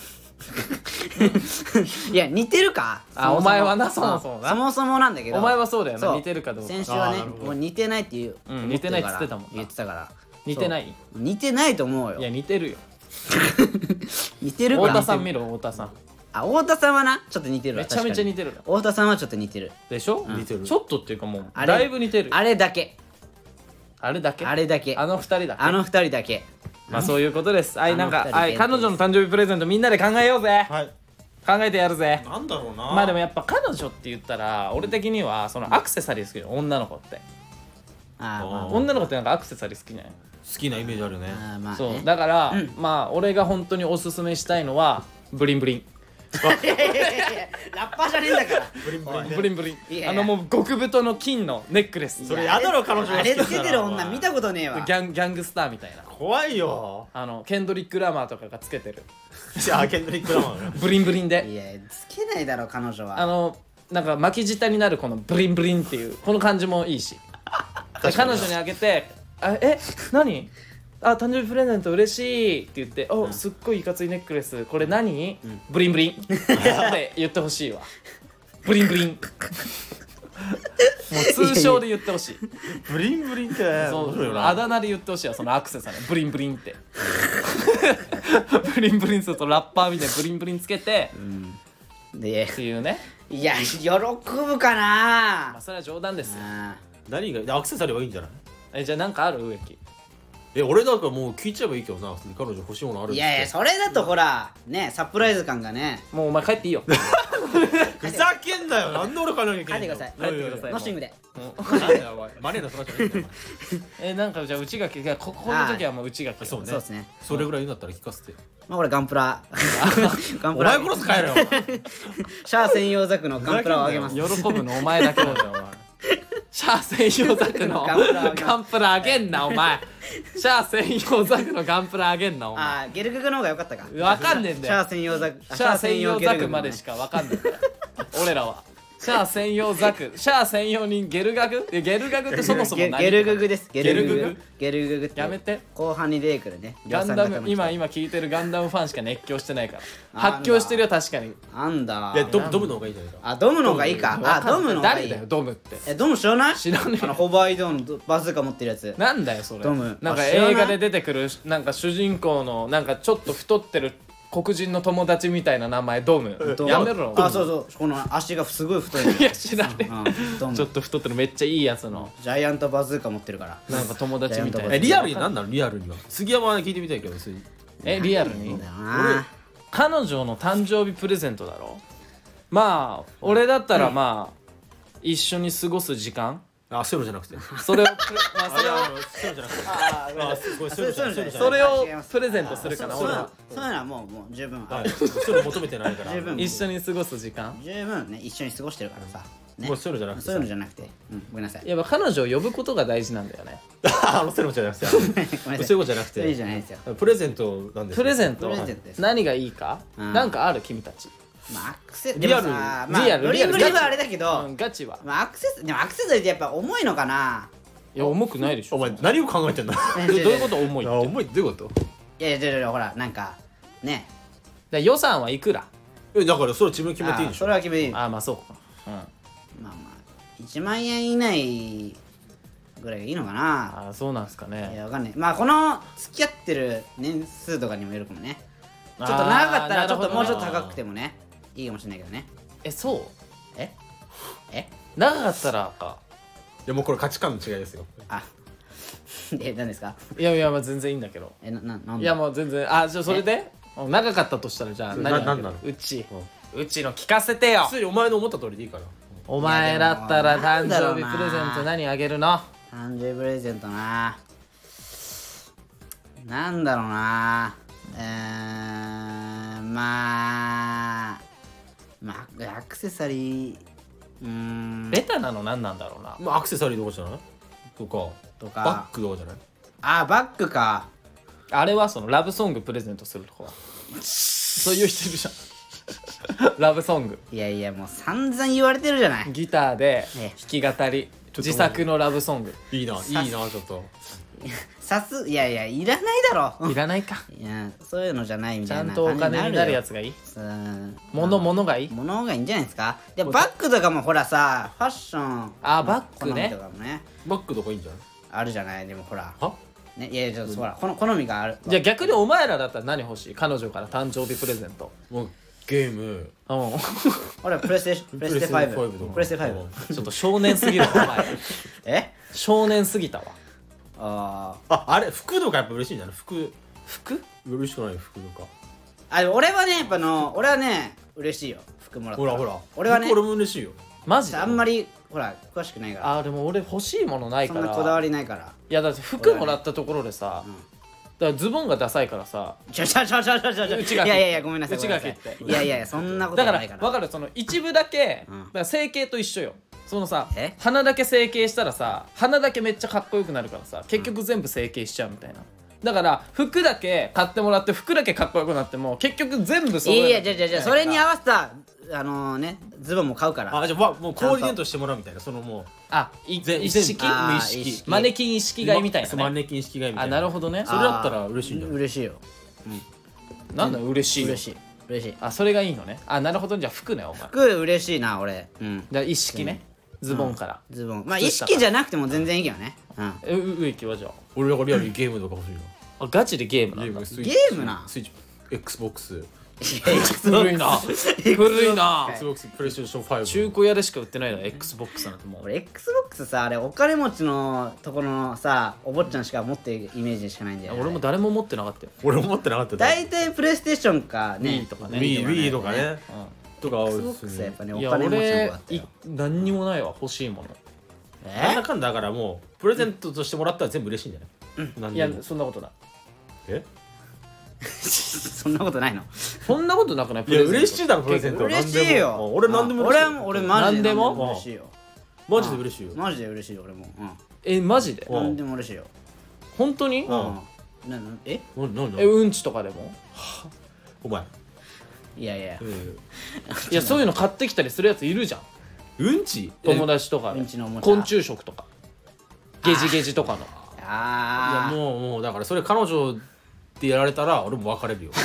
A: いや似てるか
B: お前はなそもそもな
A: そもそもなんだけど
B: お前はそうだよな
A: そう
B: 似てるかどうか。
A: 先週はね
C: なるほど
A: もう似てないっていう
B: 似てないっつってたもんな
A: 言ってたから
B: 似てない
A: そう似てないと思うよ
B: いや似てるよ。
A: 似てるか
B: 太田さん見ろ。太田さん
A: 太田さんはなちょっと似てるわ
B: めちゃめちゃ似
A: て
B: てる
A: 太田さんはちょっと似てる
B: でしょ。
C: 似てる
B: ちょっとっていうかもう
A: あれ
B: だいぶ似てる。
A: あれだけ
B: あれだけ
A: あれだけ
B: あの二人だけ。
A: あの二人だけ
B: まあそういうことです。なんか
A: あの二人限定
B: 彼女の誕生日プレゼントみんなで考えようぜ。
C: はい
B: 考えてやるぜ。
C: なんだろうな。
B: まあでもやっぱ彼女って言ったら俺的にはそのアクセサリー好きよ、女の子って。女の子ってなんかアクセサリー好きじゃない？
C: 好きなイメージあるね。
B: そうだから、まあ俺が本当におすすめしたいのはブリンブリン。
A: いやいやいやいやラッパーじゃねえんだから
C: ブリンブリンで。
B: ブリンブリン、
A: いやいや
B: もう極太の金のネックレス、
C: それやだろ彼女が
A: あれつけてる女見たことねえわ。
B: ギャングスターみたいな、
C: 怖いよ。
B: ケンドリック・ラマーとかがつけてる
C: じゃあケンドリック・ラマーね。
B: ブリンブリンで、
A: いやつけないだろ彼女は。
B: なんか巻き舌になるこのブリンブリンっていうこの感じもいいし彼女にあげて何誕生日プレゼント嬉しいって言ってすっごいいかついネックレスこれ何、ブリンブリンって言ってほしいわ。ブリンブリンもう通称で言ってほしい。
C: ブリンブリンって面白いよな。
B: あだ名で言ってほしいわ、そのアクセサリーブリンブリンってブリンブリンするとラッパーみたいにブリンブリンつけて、
A: で
B: っていうね。
A: いや喜ぶかな。
B: それは冗談ですよ。
C: 何がアクセサリーはいいんじゃない？
B: じゃあなんかある植木。
C: 俺だからもう聞いちゃえばいいけどな。彼女欲しいものあるん
A: いやいやそれだとほらねサプライズ感がね。
B: もうお前帰っていいよ。
C: ふざけんなよ。なんで俺帰らなきゃいけないの？
A: 帰ってください
B: 帰ってください。
A: ノッシングで。
C: マネーの話じゃないんだよ。
B: なんかじゃあ内垣がこの時はもう内垣。
C: そうね。
A: そうですね。
C: それぐらいだったら聞かせて。
A: まあこれガンプラガン
C: お
A: プラ
C: 前殺す帰れよ。
A: シャア専用ザクのガンプラをあげます。
B: 喜ぶのお前だけだよお前。シャア専用ザクのガンプラあげんなお前。シャア専用ザクのガンプラあげんなお前。
A: ゲルググの方が良かったか。
B: わかんねえんだよ。
A: シャア専用ザク。
B: シャア専用ザクまでしかわかんないんだよ俺らは。シャア専用ザク、シャア専用にゲルガグ？ゲルガグってそもそも何？
A: ゲルググです。
B: ゲルググ？
A: ゲルググって
B: やめて。
A: 後半に出てくるね。
B: ガンダム今聞いてるガンダムファンしか熱狂してないから。発狂してるよ確かに。
A: なんだ。
C: いやドムの方がいいんじゃないか。
A: ドムの方がいいか。ドムの方がいい。
B: 誰だよドムって。
A: ドム知らない？
B: 知らねえ。
A: ホバー移動のバズーカ持ってるやつ。
B: なんだよそれ。
A: ドム。
B: なんか映画で出てくるなんか主人公のなんかちょっと太ってる黒人の友達みたいな名前ドム。やめろ。
A: そうそうこの足がすごい太い。
B: いや知らねえ。ちょっと太ってるめっちゃいいやつの
A: ジャイアントバズーカ持ってるから。
B: なんか友達みたいな。
C: リアルに何なの？リアルには杉山は聞いてみたいけど。
B: リアルに？彼女の誕生日プレゼントだろ。まあ俺だったらまあ一緒に過ごす時間。
C: そういうのじゃなくて。
B: それをそれをプレゼントするかな。
A: そういうのはもう十分。
C: そういうの求めてないから。
B: 一緒に過ごす時間。
A: 十分ね一緒に過ごしてるからさ。
C: もうそういうのじゃなくて。
A: そういうのじゃなくて。ごめんなさい。
B: やっぱ彼女を呼ぶことが大事なんだよね。
C: そういうのじゃなくて。そういうことじゃなくて。
A: そういうじゃないですよ。
C: プレゼントなんです。
B: プレゼント。何がいいか。なんかある君たち。
A: アクセ
B: リアル
A: ブリンブリンはあれだけど
B: ガチは
A: アクセサリーってやっぱ重いのかな。
B: いや重くないでしょ。
C: お前何を考えてんだ。
B: どういうこと重いって。
C: 重いってどういうこと？
A: いやほらなんかね。
B: 予算はいくら？
C: だからそれ自分決めていいでしょ。
A: それは決めていい。
B: まあそうか。
A: まあ1万円以内ぐらいがいいのかな。
B: そうなんすかね。
A: いやわかんない。まあこの付き合ってる年数とかにもよるかもね。ちょっと長かったらちょっともうちょっと高くてもねいいかもしれないけどね。
B: そう
A: え
B: 長かったらか。
C: いやもうこれ価値観の違いですよ。
A: 何ですか？
B: いやまあ全然いいんだけど。
A: なん
B: いやもう全然じゃあそれで長かったとしたらじゃあ何
C: なの？
B: うちの聞かせてよ。
C: 普通にお前の思った通りでいいから。
B: お前だったら誕生日プレゼント何あげるの？
A: 誕生日プレゼントな。なんだろうな。まあアクセサリー
B: ベタなの何なんだろうな。
C: まあアクセサリーとかじゃない？とかバッグとかじゃない？
A: バッグか。
B: あれはそのラブソングプレゼントするとかはそういう人いるじゃん。ラブソング。
A: いやもう散々言われてるじゃない。
B: ギターで弾き語り自作のラブソング。
C: いいなちょっと。
A: いやいらないだろ。
B: いらないか。
A: いやそういうのじゃないみたいな。
B: ちゃんとお金になるやつがいい。物がいい。
A: 物がいいんじゃないですか。でバッグとかもほらさファッション。
B: バッグね。
C: バッグとかいいんじゃない？
A: あるじゃない。でもほら
C: は
A: ね、いやちょっとほら好みがある。
B: じゃあ逆にお前らだったら何欲しい？彼女から誕生日プレゼント。
C: もうゲーム。
A: 俺プレステ5。プレステ5。
B: ちょっと少年すぎるわお前。少年すぎたわ。
C: あれ服とかやっぱ嬉しいんじゃない？服
B: 服
C: 嬉しくない？服とか
A: でも俺はねやっぱ俺はね嬉しいよ服もらったら。
C: ほら
A: 俺はね
C: 俺も嬉しいよ。
B: マジで
A: あんまりほら詳しくないから
B: でも俺欲しいものないから
A: そんなこだわりないから。
B: いやだって服もらったところでさ、だからズボンがダサいからさ
A: ちょいやいやごめんなさい
B: 内垣って
A: いやそんなこと
B: だから
A: ないから。
B: 分かるその一部だけ、
A: うん
B: だから整形と一緒よ。そのさ
A: え
B: 鼻だけ整形したらさ鼻だけめっちゃかっこよくなるからさ結局全部整形しちゃうみたいな。だから服だけ買ってもらって服だけかっこよくなっても結局全部そう
A: いやじゃあそれに合わせたズボンも買うから。
C: じゃあもうコーディネートしてもらうみたいな、そのもう
B: 一式
A: あー
C: 一式
B: マネキン一式買いみたいなね。
C: そうマネキン式買いみたいな。
B: なるほどね。
C: それだったら嬉しいんじゃない？
A: 嬉しいよ。
B: なんだ嬉しいよ。
A: 嬉しい。
B: それがいいのね。なるほど。じゃあ服ねお前。
A: 服嬉しいな俺。
B: じゃあ一式ね。ズボンから。
A: ズボンまあ意識じゃなくても全然いいけどね。
B: 植木はじゃ
C: 俺だからリアルにゲームとか欲しいな。
B: ガチでゲームなんだ。
C: スイッチ
A: ゲームな
C: スイッチ XBOX
B: 古いな古いな。
C: XBOX プレイステーション5
B: 中古屋でしか売ってないの XBOX なんてもう。
A: 俺 XBOX さあれお金持ちのところのさお坊ちゃんしか持ってるイメージしかないんだよ。
B: 俺も誰も持ってなかったよ。
C: 俺も持ってなかった。
A: 大体プレイステーションかね
B: Wii とかね
C: Wii とかねとか
A: XBOX はやっぱねお
B: いや
A: 金持ちの子
B: 俺
A: だったよ。
B: 何にもないわ欲しいもの。
C: なんだかんだだからもうプレゼントとしてもらったら全部嬉しいんじゃない？
B: いやそんなことない。
C: え
A: そんなことないの？
B: そんなことなくない？
C: いや嬉しいだろプレゼントは。
A: 嬉しいよ。
C: 俺何でも嬉しい。
A: 俺マジで
B: 何でも
A: 嬉しいよ。
C: マジで嬉しいよ。
A: マジで嬉しいよ俺も。
B: マジで？
A: 何でも嬉しいよ。
B: 本当に？
C: 何
B: うんちとかでも？
C: お前
A: いや
B: いやそういうの買ってきたりするやついるじゃん。
C: うんち
B: 友達とかで
A: うんちのおもちゃ
B: 昆虫食とかゲジゲジとかの。
C: いや
A: ああ
C: もうだからそれ彼女ってやられたら俺も別れるよ。そ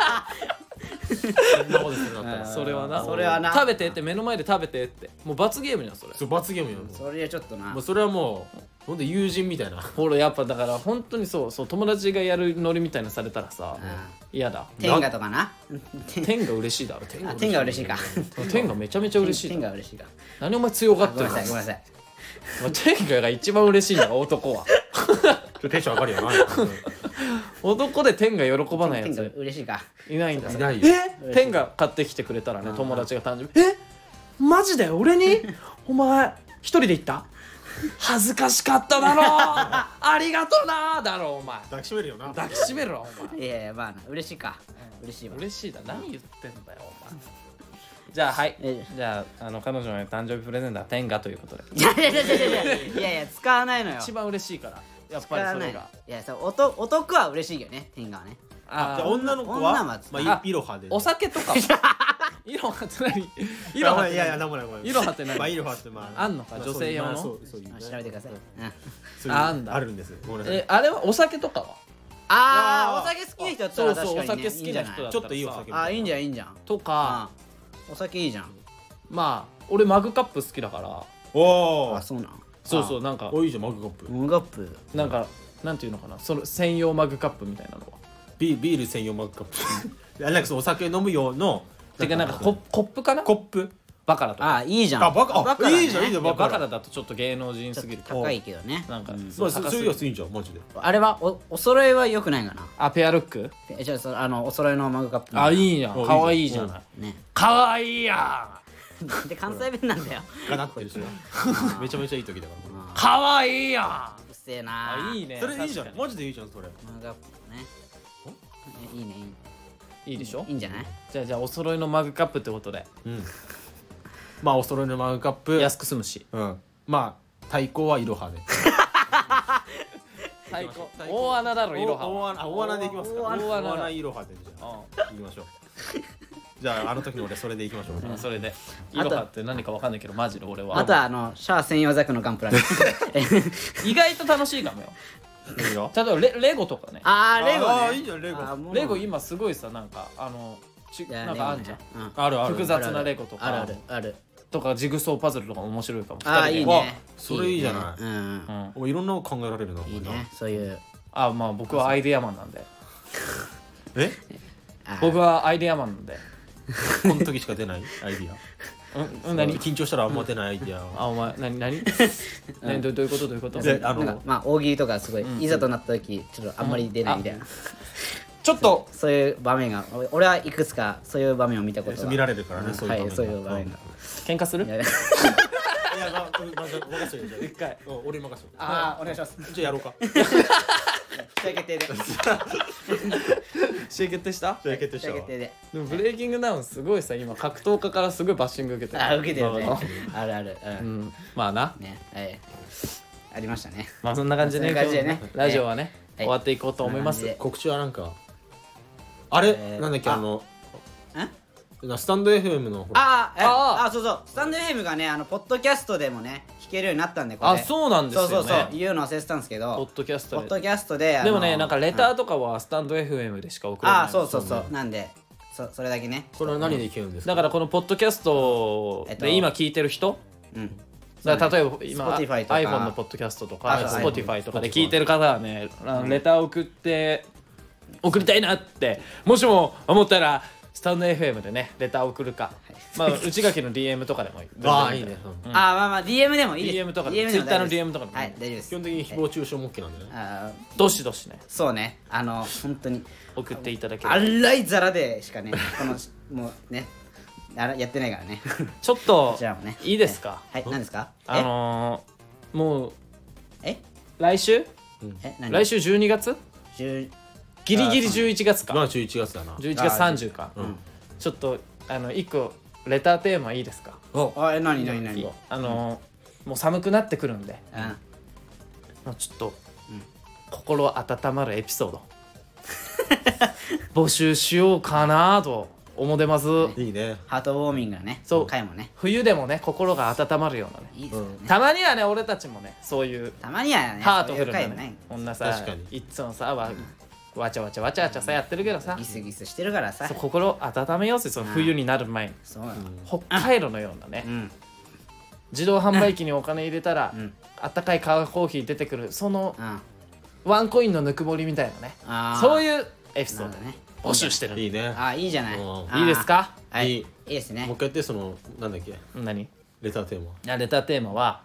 C: んなことするんだったら
B: それはな
A: それはな
B: 食べてって目の前で食べてってもう罰ゲームじゃんそれ。
C: そう罰ゲームよ。
A: それはちょっとな
C: もうそれはもうほんと友人みたいな。
B: ほらやっぱだから本当にそう友達がやるノリみたいなされたらさ嫌だ。
A: 天下とかな。
B: 天が嬉しいだろ。
A: 天下嬉しいか。
B: 天がめちゃめちゃ嬉しいだろ。
A: 天下嬉しいか。
B: 何お前強がってるの？
A: ごめんなさい。
B: 天下が一番嬉しいんだ男は。
C: テンション上がるよな。
B: 男で天が喜ばないや
A: 天下
B: つ
A: 嬉しいか。
B: いないんだ。
C: いないよ。
B: 天が買ってきてくれたらね友達が誕生日マジで俺にお前一人で行った恥ずかしかっただろありがとなだろお前
C: 抱きしめるよな。
B: 抱きしめろお前
A: いやいやまあな嬉しいか。嬉しいわ。
B: 嬉しいだ何言ってんだよお前じゃあはいじゃあ彼女の誕生日プレゼントは天下ということで
A: いや使わないのよ。
B: 一番嬉しいからやっ
A: 使わない。
B: ぱりそれが
A: いや男は嬉しいよね天下はね。
C: じゃあ
B: あ
C: 女の子
A: 女は
C: はまあイロハで。
B: お酒とかイロハって何イロハって
C: いやいや
B: 何
C: なんもないごめん。
B: イロハって何
C: まあイロハってまあ
B: あんのか女性用の
C: そういうね
A: 調べてください。
C: そういう
B: あんだ
C: あるんです。ごめんなさい。
B: あれはお酒とかは
A: ああお酒好きな人だったら
B: そうそうお
A: 確かにね
B: 酒好きな人だったらさ
C: ちょっといいお酒
A: あいいんじゃんいいんじゃん。
B: とか
A: お酒いいじゃん。
B: まあ俺マグカップ好きだから
C: おお。
A: そうなん。
B: そうなんか
C: おいいじゃんマグカップ。
A: モンガップ。
B: なんかなんていうのかなその専用マグカップみたいなのは
C: ビール専用マグカップ。なんかそのお酒飲む用の
B: てかなんかコップかな
C: コップ。
B: バカラとか
A: あいいじゃん。
C: あバカ
A: バカラね
C: いいじゃんいいじゃん
B: いやバカラ
C: だ。
B: だとちょっと芸能人すぎる
A: 高いけどね。
B: なんか
C: まあ
B: 高すぎる
C: そういうやついいんじゃんマジで。
A: あれはお揃いは良くないかな。
B: ペアルック
A: じゃあお揃いのマグカップ。
B: いいじゃん
C: お
B: かわいいじゃない
A: ね。
B: かわいいや
A: で関西弁なんだよ。
C: がなってるしな。めちゃめちゃいい時だか
B: んかわいいや
A: うっせえな。
B: いいね
C: ら。それいいじゃん
B: 確か
C: マジでいいじゃんそれ。
A: マグカップね。いいね
B: にいいでしょ
A: いいんじゃない。
B: じゃあお揃いのマグカップってことで
C: うん。まあお揃いのマグカップ。
B: 安く済むし
C: うん。まあ対抗はイロハで。
B: 最高大穴だろイロハは
C: 大穴でいきますか。
B: 大穴
C: 大穴イロハでじゃあ行きましょう。じゃああの時の俺それでいきましょう。
B: それでイロハって何かわかんないけどマジで俺は
A: あとはシャア専用ザクのガンプラ。
B: 意外と楽しいかもよ
C: 何が？
B: 例えばレゴとかね
A: レゴね。
C: いいじゃんレゴ。
B: レゴ今すごいさなんかなんかあんじゃん
C: あるある。
B: 複雑なレゴとか
A: ある。
B: とかジグソーパズルとか面白いかも
A: いいね。
C: それいいじゃない。
A: うん
C: おいろんなの考えられるな。
A: いいねそういう。
B: まあ僕はアイデアマンなんで
C: え？
B: 僕はアイデアマンなんで
C: この時しか出ないアイディア。
B: 何
C: 緊張したらあんま出ないアイディア。
B: お前何どういうこと
C: で
A: なんかまあ大喜利とかすごいいざとなった時ちょっとあんまり出ないみたいな。
B: ちょっと
A: そういう場面が俺はいくつかそういう場面を見たことが
C: 見られるからね、そういう場面が。
A: はい、そういう場面が
B: 喧嘩する
A: いや
C: いや、任せてよ。
B: 一回
C: 俺任せてよ。
A: ああお願いします
C: じゃあやろうか。
A: 試合決定で
B: 試合決定した？
C: じゃあ決定したわ
A: 試合決。定で
B: でもブレイキングダウンすごいさ、今格闘家からすごいバッシング受けてる。
A: あ受けてるね
B: まあ
A: あるある
B: うんまあな、
A: ねありましたね
B: まあそんな感じでね、
A: そんな感じでね
B: 今日のラジオはね、
A: はい
B: 終わっていこうと思います
A: そんな感じ。
C: 告知はなんか、あれなんだっけ、スタンド FM のほら
A: そうそうスタンド FM がねポッドキャストでもね聞けるようになったんでこれ
B: あ、そうなんですよね。
A: そう言うの忘れてたんですけど
B: ポッドキャストで。
A: ポッドキャストで
B: でもね、なんかレターとかはスタンド FM でしか送れない。
A: そうなんでそれだけね
C: これは何でいけるんですか？
B: だからこのポッドキャストで今聞いてる人、
A: うん
B: だから例えば今
A: Spotify とか
B: iPhone のポッドキャストとか
A: そう
B: Spotify とかで聞いてる方はね、レター送りたいなってもしも思ったらスタンド FM でねレター送るか、まあ内垣の DM とかでもいい。
C: ああ、いいね。
A: まあ DM でもいいです
B: DM とかで
A: DM も
B: Twitter の
A: 大丈夫です
B: DM とかでも
A: はい大丈夫です
C: 基本的に誹謗中傷も OK なんだね。
B: どしどしね
A: そうね本当に
B: 送っていただけれ
A: あ
B: ば。
A: らいざらでしかねこのもうねやってないからね
B: ちょっと
A: こちらもね
B: いいですか？
A: はい何ですか
B: もう
A: え
B: 来週
A: 何
B: 来週12月
A: 10
B: ギリギリ11月か
C: まあ11月だな。
B: 11月30か、ちょっと1個レターテーマいいですか？
A: 何
B: もう寒くなってくるんで、
A: うん
B: もうちょっと、心温まるエピソード募集しようかなと思ってます。
C: いいね。
A: ハートウォーミングなね
B: そう
A: 回もね
B: 冬でもね心が温まるようなね、
A: いいですよね
B: たまにはね俺たちもねそういう
A: たまにはね
B: ハートフルな
A: そういう回も
B: ね
A: ね
B: こんなさ
C: 確かに
B: いつもさわちゃわちゃさやってるけどさ、
A: ギスギスしてるからさ
B: そう心温めようぜ、その冬になる前に。
A: そうなの
B: 北海道のようなね、
A: うん
B: 自動販売機にお金入れたら、
A: ん
B: あったかいカーコーヒー出てくるその
A: うん
B: ワンコインのぬくもりみたいなね、そういうエピソード
A: なるほどね
B: 募集してる。
C: いいね。
A: いいじゃない
C: うん
B: いいですか？
A: はい
C: いい
A: いいですね
C: もう一回やって、なんだっけ、
B: 何？
C: レターテーマ。
B: レターテーマは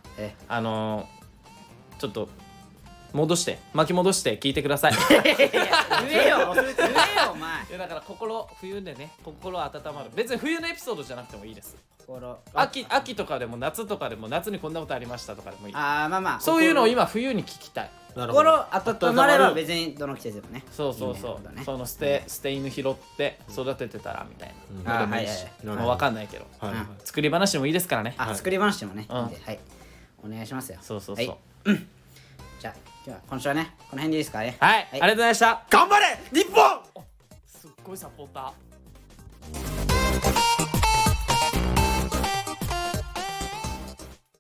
B: ちょっと巻き戻して聞いてください。
A: 言えよお前
B: いやだから冬でね心温まる、別に冬のエピソードじゃなくてもいいです。
A: 心
B: 秋とかでも夏とかでも夏にこんなことありましたとかでもいい。
A: まあ
B: そういうのを今冬に聞きたい。
C: なるほど。
A: 心温まれば別にどの季節でもね
B: そう
A: いいね
B: その捨て犬拾って育ててたらみたいなのでもいいし、
C: うん
B: もう分かんないけど
C: はいはい
B: 作り話でもいいですからね。
A: 作り話でもね
B: うん
A: いいんではいお願いしますよ
B: そう
A: はいじゃあ今日は今週はねこの辺でいいですかね
B: はい、ありがとうございました。
C: 頑張れ日本。
B: すっごいサポーター